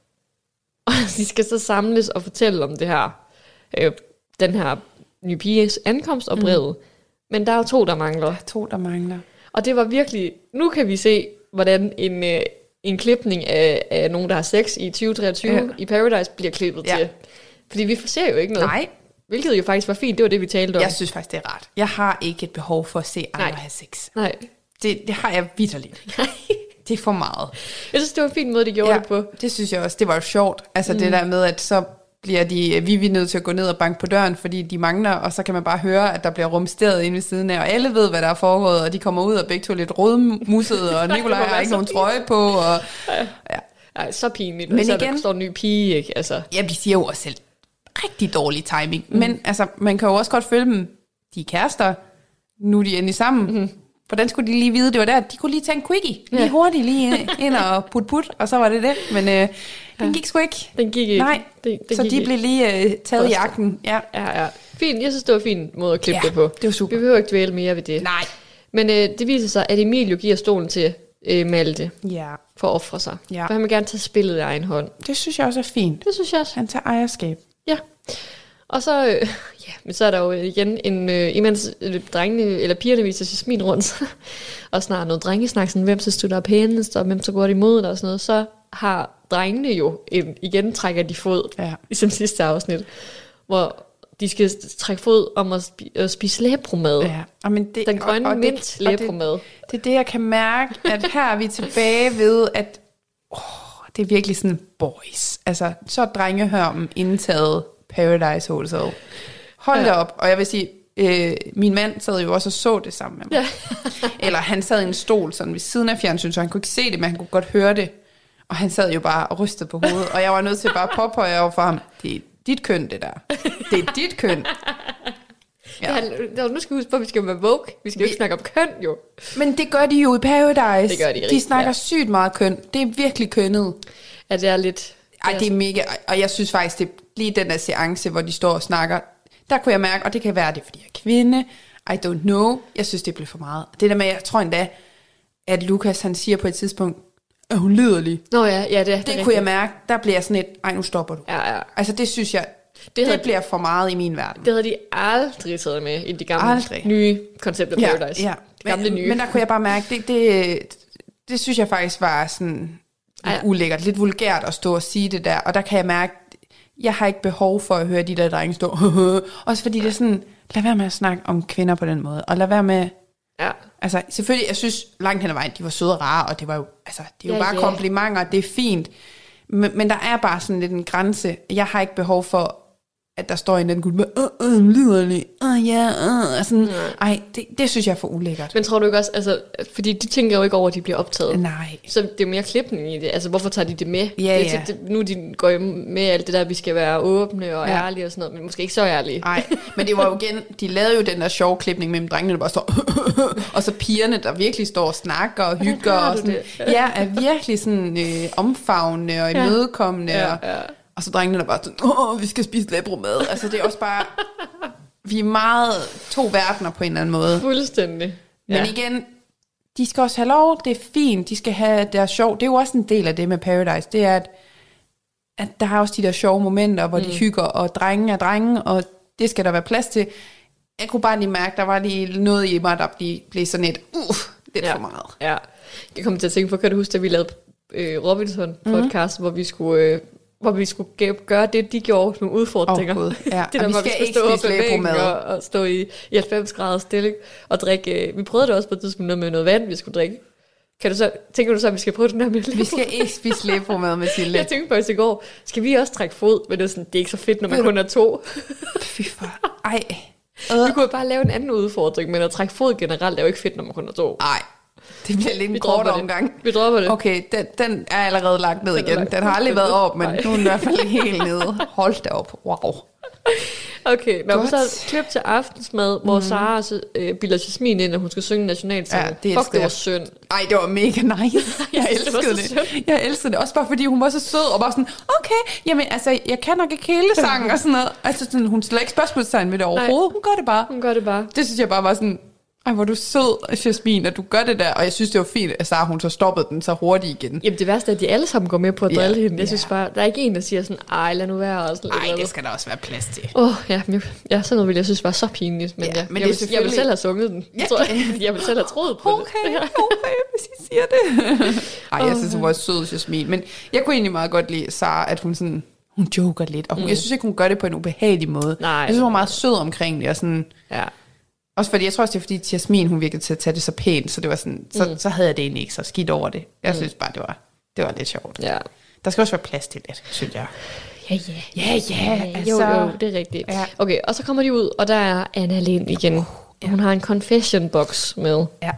Og de skal så samles og fortælle om det her, øh, den her nye piges ankomst og brevet. Mm. Men der er jo to, der mangler. Der er to, der mangler. Og det var virkelig, nu kan vi se, hvordan en, øh, en klipning af, af nogen, der har sex i tyve treogtyve ja. i Paradise bliver klippet ja. til. Fordi vi ser jo ikke noget. Nej. Hvilket jo faktisk var fint, det var det, vi talte om. Jeg synes faktisk, det er rart. Jeg har ikke et behov for at se andre Nej. have sex. Nej. Det, det har jeg vitterligt. Nej. Det er for meget. Jeg synes, det var en fin måde, de gjorde Ja, det på. det synes jeg også. Det var jo sjovt. Altså mm. det der med, at så bliver de, vi er nødt til at gå ned og banke på døren, fordi de mangler, og så kan man bare høre, at der bliver rumsteret inde ved siden af, og alle ved, hvad der er foregået, og de kommer ud og begge to lidt rødmussede, og Nicolaj har ikke nogen trøje på. Og, ja. Ej, så pinligt. Men så igen, der står en ny pige, ikke? Altså. Ja, de siger jo også selv, rigtig dårlig timing. Mm. Men altså, man kan jo også godt følge dem, de er kærester, nu er de endelig sammen. Mm. Hvordan skulle de lige vide, det var der? De kunne lige tage en quickie, lige ja. hurtigt, lige ind og put put, og så var det det. Men øh, den ja. gik sgu ikke. Den gik ikke. Nej, den, den så gik de ikke. blev lige øh, taget i akten. Ja. Ja, ja. Fint, jeg synes, det var en fin måde at klippe Ja, det på. det var super. Vi behøver ikke dvæle mere ved det. Nej. Men øh, det viser sig, at Emilio giver stolen til øh, Malte Ja. for at ofre sig. Ja. For han vil gerne tage spillet i egen hånd. Det synes jeg også er fint. Det synes jeg også. Han tager ejerskab. Ja. Og så, øh, ja, men så er der jo igen en, øh, imens øh, drengene, eller pigerne viser Jasmin rundt, og snart noget drengesnak, sådan, hvem synes du, der er pænest, og hvem så går imod dig og sådan noget, så har drengene jo, en, igen trækker de fod, Ja. ligesom sidste afsnit, hvor de skal trække fod om at, spi- at spise læbromad. Ja. Og men det, Den grønne og, og mint det, og det, læbromad. det er det, jeg kan mærke, at her er vi tilbage ved, at åh, det er virkelig sådan boys. Altså, så er drengehørmen indtaget Paradise Hotel. Hold ja. da op. Og jeg vil sige, øh, min mand sad jo også og så det sammen med mig. Ja. Eller han sad i en stol sådan ved siden af fjernsynet, så han kunne ikke se det, men han kunne godt høre det. Og han sad jo bare og rystede på hovedet. Og jeg var nødt til bare at påpege over for ham, det er dit køn, det der. Det er dit køn. Ja. Ja, nu skal vi huske på, at vi skal være woke. Vi skal jo ikke snakke om køn, jo. Men det gør de jo i Paradise. Det gør de rigtig, De snakker ja. sygt meget køn. Det er virkelig kønnet. Ja, det er lidt... Ej, det er mega... Og jeg synes faktisk, det er lige den der seance, hvor de står og snakker. der kunne jeg mærke, og det kan være, det fordi jeg er kvinde, I don't know, jeg synes, det blev for meget. Det der med, jeg tror endda, at Lukas, han siger på et tidspunkt, at hun liderlig. Nå ja, ja, det, det, det det kunne jeg mærke, der bliver jeg sådan et, ej, nu stopper du. Ja, ja. Altså, det synes jeg, Det, det, havde, det bliver for meget i min verden. det havde de aldrig taget med i de gamle, Aldrig. nye koncepter af Paradise. Ja, ja. De gamle men, nye. men der kunne jeg bare mærke, det, det, det synes jeg faktisk var sådan Ja. lidt ulækkert, lidt vulgært at stå og sige det der, og der kan jeg mærke, jeg har ikke behov for at høre de der drenge stå, også fordi det er sådan, lad være med at snakke om kvinder på den måde, og lad være med, Ja. altså selvfølgelig, jeg synes langt hen ad vejen, de var søde og rare, og det var jo, altså, det er jo Ja, bare ja. komplimenter, det er fint, men, men der er bare sådan lidt en grænse, jeg har ikke behov for, at der står en anden gut med, åh, åh, liderlig, åh, ja, åh, og sådan, ej, det, det synes jeg er for ulækkert. Men tror du ikke også, altså, fordi de tænker jo ikke over, at de bliver optaget. Nej. Så det er mere klipning i det. Altså, hvorfor tager de det med? Ja, det, er ja. tit- det, nu de går jo med alt det der, vi skal være åbne og Ja. ærlige og sådan noget, men måske ikke så ærlige. Nej, men det var jo igen, de lavede jo den der sjove klipning mellem drengene, der bare står, og så pigerne, der virkelig står og snakker og hygger, har og du sådan, det? ja, er virkelig sådan øh, omfavnende og imødekommende, Ja, og, ja. og så drengene, der bare sådan, åh, vi skal spise læbromad. Altså det er også bare, vi er meget to verdener på en eller anden måde. Fuldstændig. Men Ja. igen, de skal også have lov, det er fint, de skal have deres sjov. Det er jo også en del af det med Paradise, det er, at, at der er også de der sjove momenter, hvor mm. de hygger, og drenge er drenge, og det skal der være plads til. Jeg kunne bare lige mærke, der var lige noget i mig, der blev, blev sådan et, uh, det er Ja. for meget. Ja. Jeg kom til at tænke på, kan du huske, da vi lavede øh, Robinson-podcast, mm. hvor vi skulle... Øh, hvor vi skulle gøre det, de gjorde, nogle udfordringer. Åh, Gud, ja. det Og der, vi hvor vi skal skulle ikke stå op spise ad væggen læbromad. og, og stå i, i halvfems grader stilling og drikke. Øh, vi prøvede det også på et tidspunkt noget med noget vand, vi skulle drikke. Kan du så, tænker du så, at vi skal prøve den der med Vi skal ikke spise læbromad, Mathilde. Jeg tænkte faktisk i går, skal vi også trække fod? Men det er, sådan, det er ikke så fedt, når man Ved kun er to. Fy for, ej. Vi kunne bare lave en anden udfordring, men at trække fod generelt er jo ikke fedt, når man kun er to. Ej, det bliver lidt Vi en dropper kort det. omgang. Vi dropper det. Okay, den, den er allerede lagt ned Den er igen. lagt Den har aldrig ned. været op, men Nej. nu er den i hvert fald helt nede. Hold da op. Wow. Okay, når vi Godt. så klip til aftensmad, hvor mm. Sara så, øh, bilder Jasmin ind, at hun skal synge nationalsangen. Ja, det Fuck, elsker det var jeg. synd. Ej, det var mega nice. Jeg synes, det var elskede så det. Jeg elskede det. Også bare fordi hun var så sød, og bare sådan, okay, jamen altså, jeg kan nok ikke hele sangen og sådan noget. Altså, sådan, hun stiller ikke spørgsmålstegn ved det overhovedet. Hun gør det bare. Hun gør det bare. Det synes jeg bare var sådan, ej, hvor er du sød, Jasmin, at du gør det der. Og jeg synes, det var fint, at Sara, hun så stoppede den så hurtigt igen. Jamen det værste er, at de alle sammen går med på at Ja, drille hende. Jeg ja. synes bare, der er ikke en, der siger sådan, ej, lad nu være. Og sådan Nej, lidt det skal der også være plads til. Åh, oh, ja, men, ja, sådan noget ville jeg synes var så pinligt. Men, Ja, ja, men jeg, det er vil, jeg vil selvfølgelig- selv have sunget den. Ja. Ja. Tror jeg, fordi jeg vil selv have troet på Okay, det. Ja. okay, hvis I siger det. Ej, jeg synes, hun var sød, Jasmin. Men jeg kunne egentlig meget godt lide Sara, at hun sådan, hun joker lidt. Og hun, mm. jeg synes ikke, hun gør det på en ubehagelig måde. Nej. Jeg synes, hun var meget sød omkring det. Og sådan, Ja. også fordi, jeg tror også, det er fordi, Jasmin, hun virkede til at tage det så pænt, så det var sådan, så, mm. så havde jeg det egentlig ikke så skidt over det. Jeg synes bare, det var, det var lidt sjovt. Ja. Der skal også være plads til det, synes jeg. Ja, ja. Ja, ja, altså. Jo, jo, det er rigtigt. Ja. Okay, og så kommer de ud, og der er Anna Lind igen. Hun har en confession box med. Ja.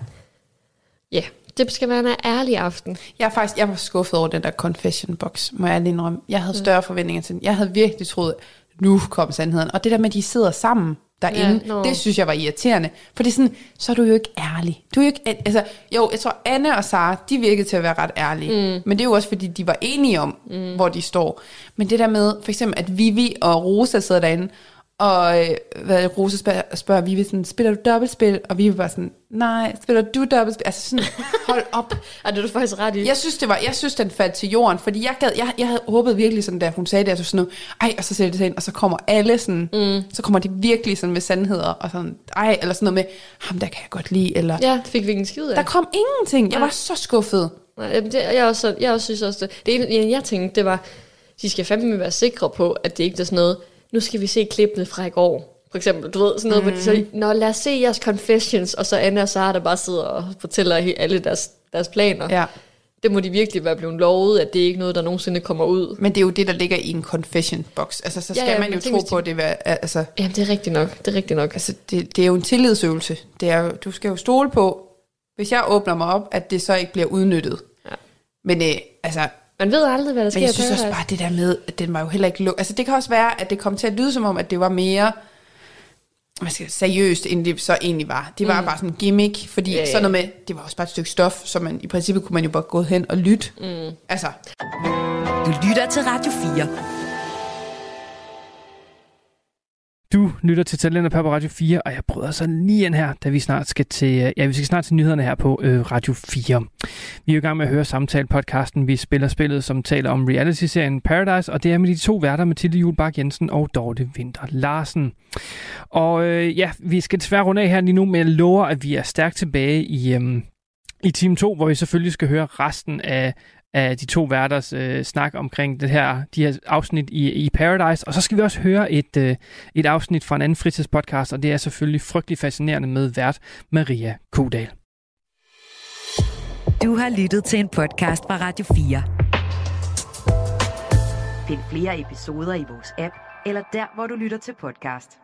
Ja, det skal være en ærlig aften. Jeg er faktisk, jeg var skuffet over den der confession box, må jeg lige indrømme. Jeg havde større forventninger til den. Jeg havde virkelig troet, nu kom sandheden. Og det der med, at de sidder sammen derinde, Ja, nå. det synes jeg var irriterende. For det er sådan, så er du jo ikke ærlig. Du er jo ikke, altså, jo, jeg tror, Anne og Sara, de virkede til at være ret ærlige. Mm. Men det er jo også, fordi de var enige om, mm. hvor de står. Men det der med, for eksempel, at Vivi og Rosa sidder derinde, og øh, hvad Rosa spørger, spørger Vivi sådan, spiller du dobbeltspil? Og Vivi var sådan, nej, spiller du dobbeltspil? Altså sådan, hold op. Ej, det er du faktisk ret i. Jeg synes, det var, jeg synes, den faldt til jorden, fordi jeg, gad, jeg, jeg havde håbet virkelig sådan, da hun sagde det, altså sådan noget, ej, og så sætter det sig ind, og så kommer alle sådan, mm. så kommer de virkelig sådan med sandheder, og sådan, ej, eller sådan noget med, ham der kan jeg godt lide, eller, Ja, det fik vi ikke en skid af. der kom ingenting, jeg Nej. var så skuffet. Nej, jamen, det, jeg, også, jeg også synes også, det, det ene, jeg tænkte, det var, de skal fandme være sikre på, at det ikke er sådan noget, nu skal vi se klippene fra i går. For eksempel, du ved, sådan noget, mm. hvor de så, nå, lad os se jeres confessions, og så Anna og Sara, der bare sidder og fortæller he- alle deres, deres planer. Ja. Det må de virkelig være blevet lovet, at det ikke er noget, der nogensinde kommer ud. Men det er jo det, der ligger i en confession box. Altså, så skal Ja, ja, man jo men tænk, tro hvis de- på, at det er, altså, Jamen, det er rigtigt nok. Det er rigtigt nok. altså det, det er jo en tillidsøvelse. Det er jo, du skal jo stole på, hvis jeg åbner mig op, at det så ikke bliver udnyttet. Ja. Men øh, altså, Man ved aldrig, hvad der sker. men jeg i synes også Paradise. bare, det der med, at den var jo heller ikke luk. Altså, det kan også være, at det kom til at lyde som om, at det var mere hvad skal jeg, seriøst, end det så egentlig var. Det var mm. bare sådan en gimmick, fordi Ja, ja. sådan noget med, det var også bare et stykke stof, så man, i princippet kunne man jo bare gå hen og lytte. Mm. Altså, Du lytter til Radio fire. Du lytter til Talent på Radio fire, og jeg bryder så lige ind her, da vi snart skal til, ja, vi skal snart til nyhederne her på øh, Radio fire. Vi er jo i gang med at høre samtale-podcasten. Vi spiller spillet, som taler om reality-serien Paradise, og det er med de to værter, Mathilde Juel Bak Jensen og Dorte Winther Larsen. Og øh, ja, vi skal desværre runde af her lige nu, men jeg lover, at vi er stærkt tilbage i, øh, i time to, hvor vi selvfølgelig skal høre resten af af de to værters øh, snak omkring det her, de her afsnit i, i Paradise. Og så skal vi også høre et, øh, et afsnit fra en anden fritidspodcast, og det er selvfølgelig frygtelig fascinerende med vært Maria Kodal. Du har lyttet til en podcast fra Radio fire. Find flere episoder i vores app, eller der, hvor du lytter til podcast.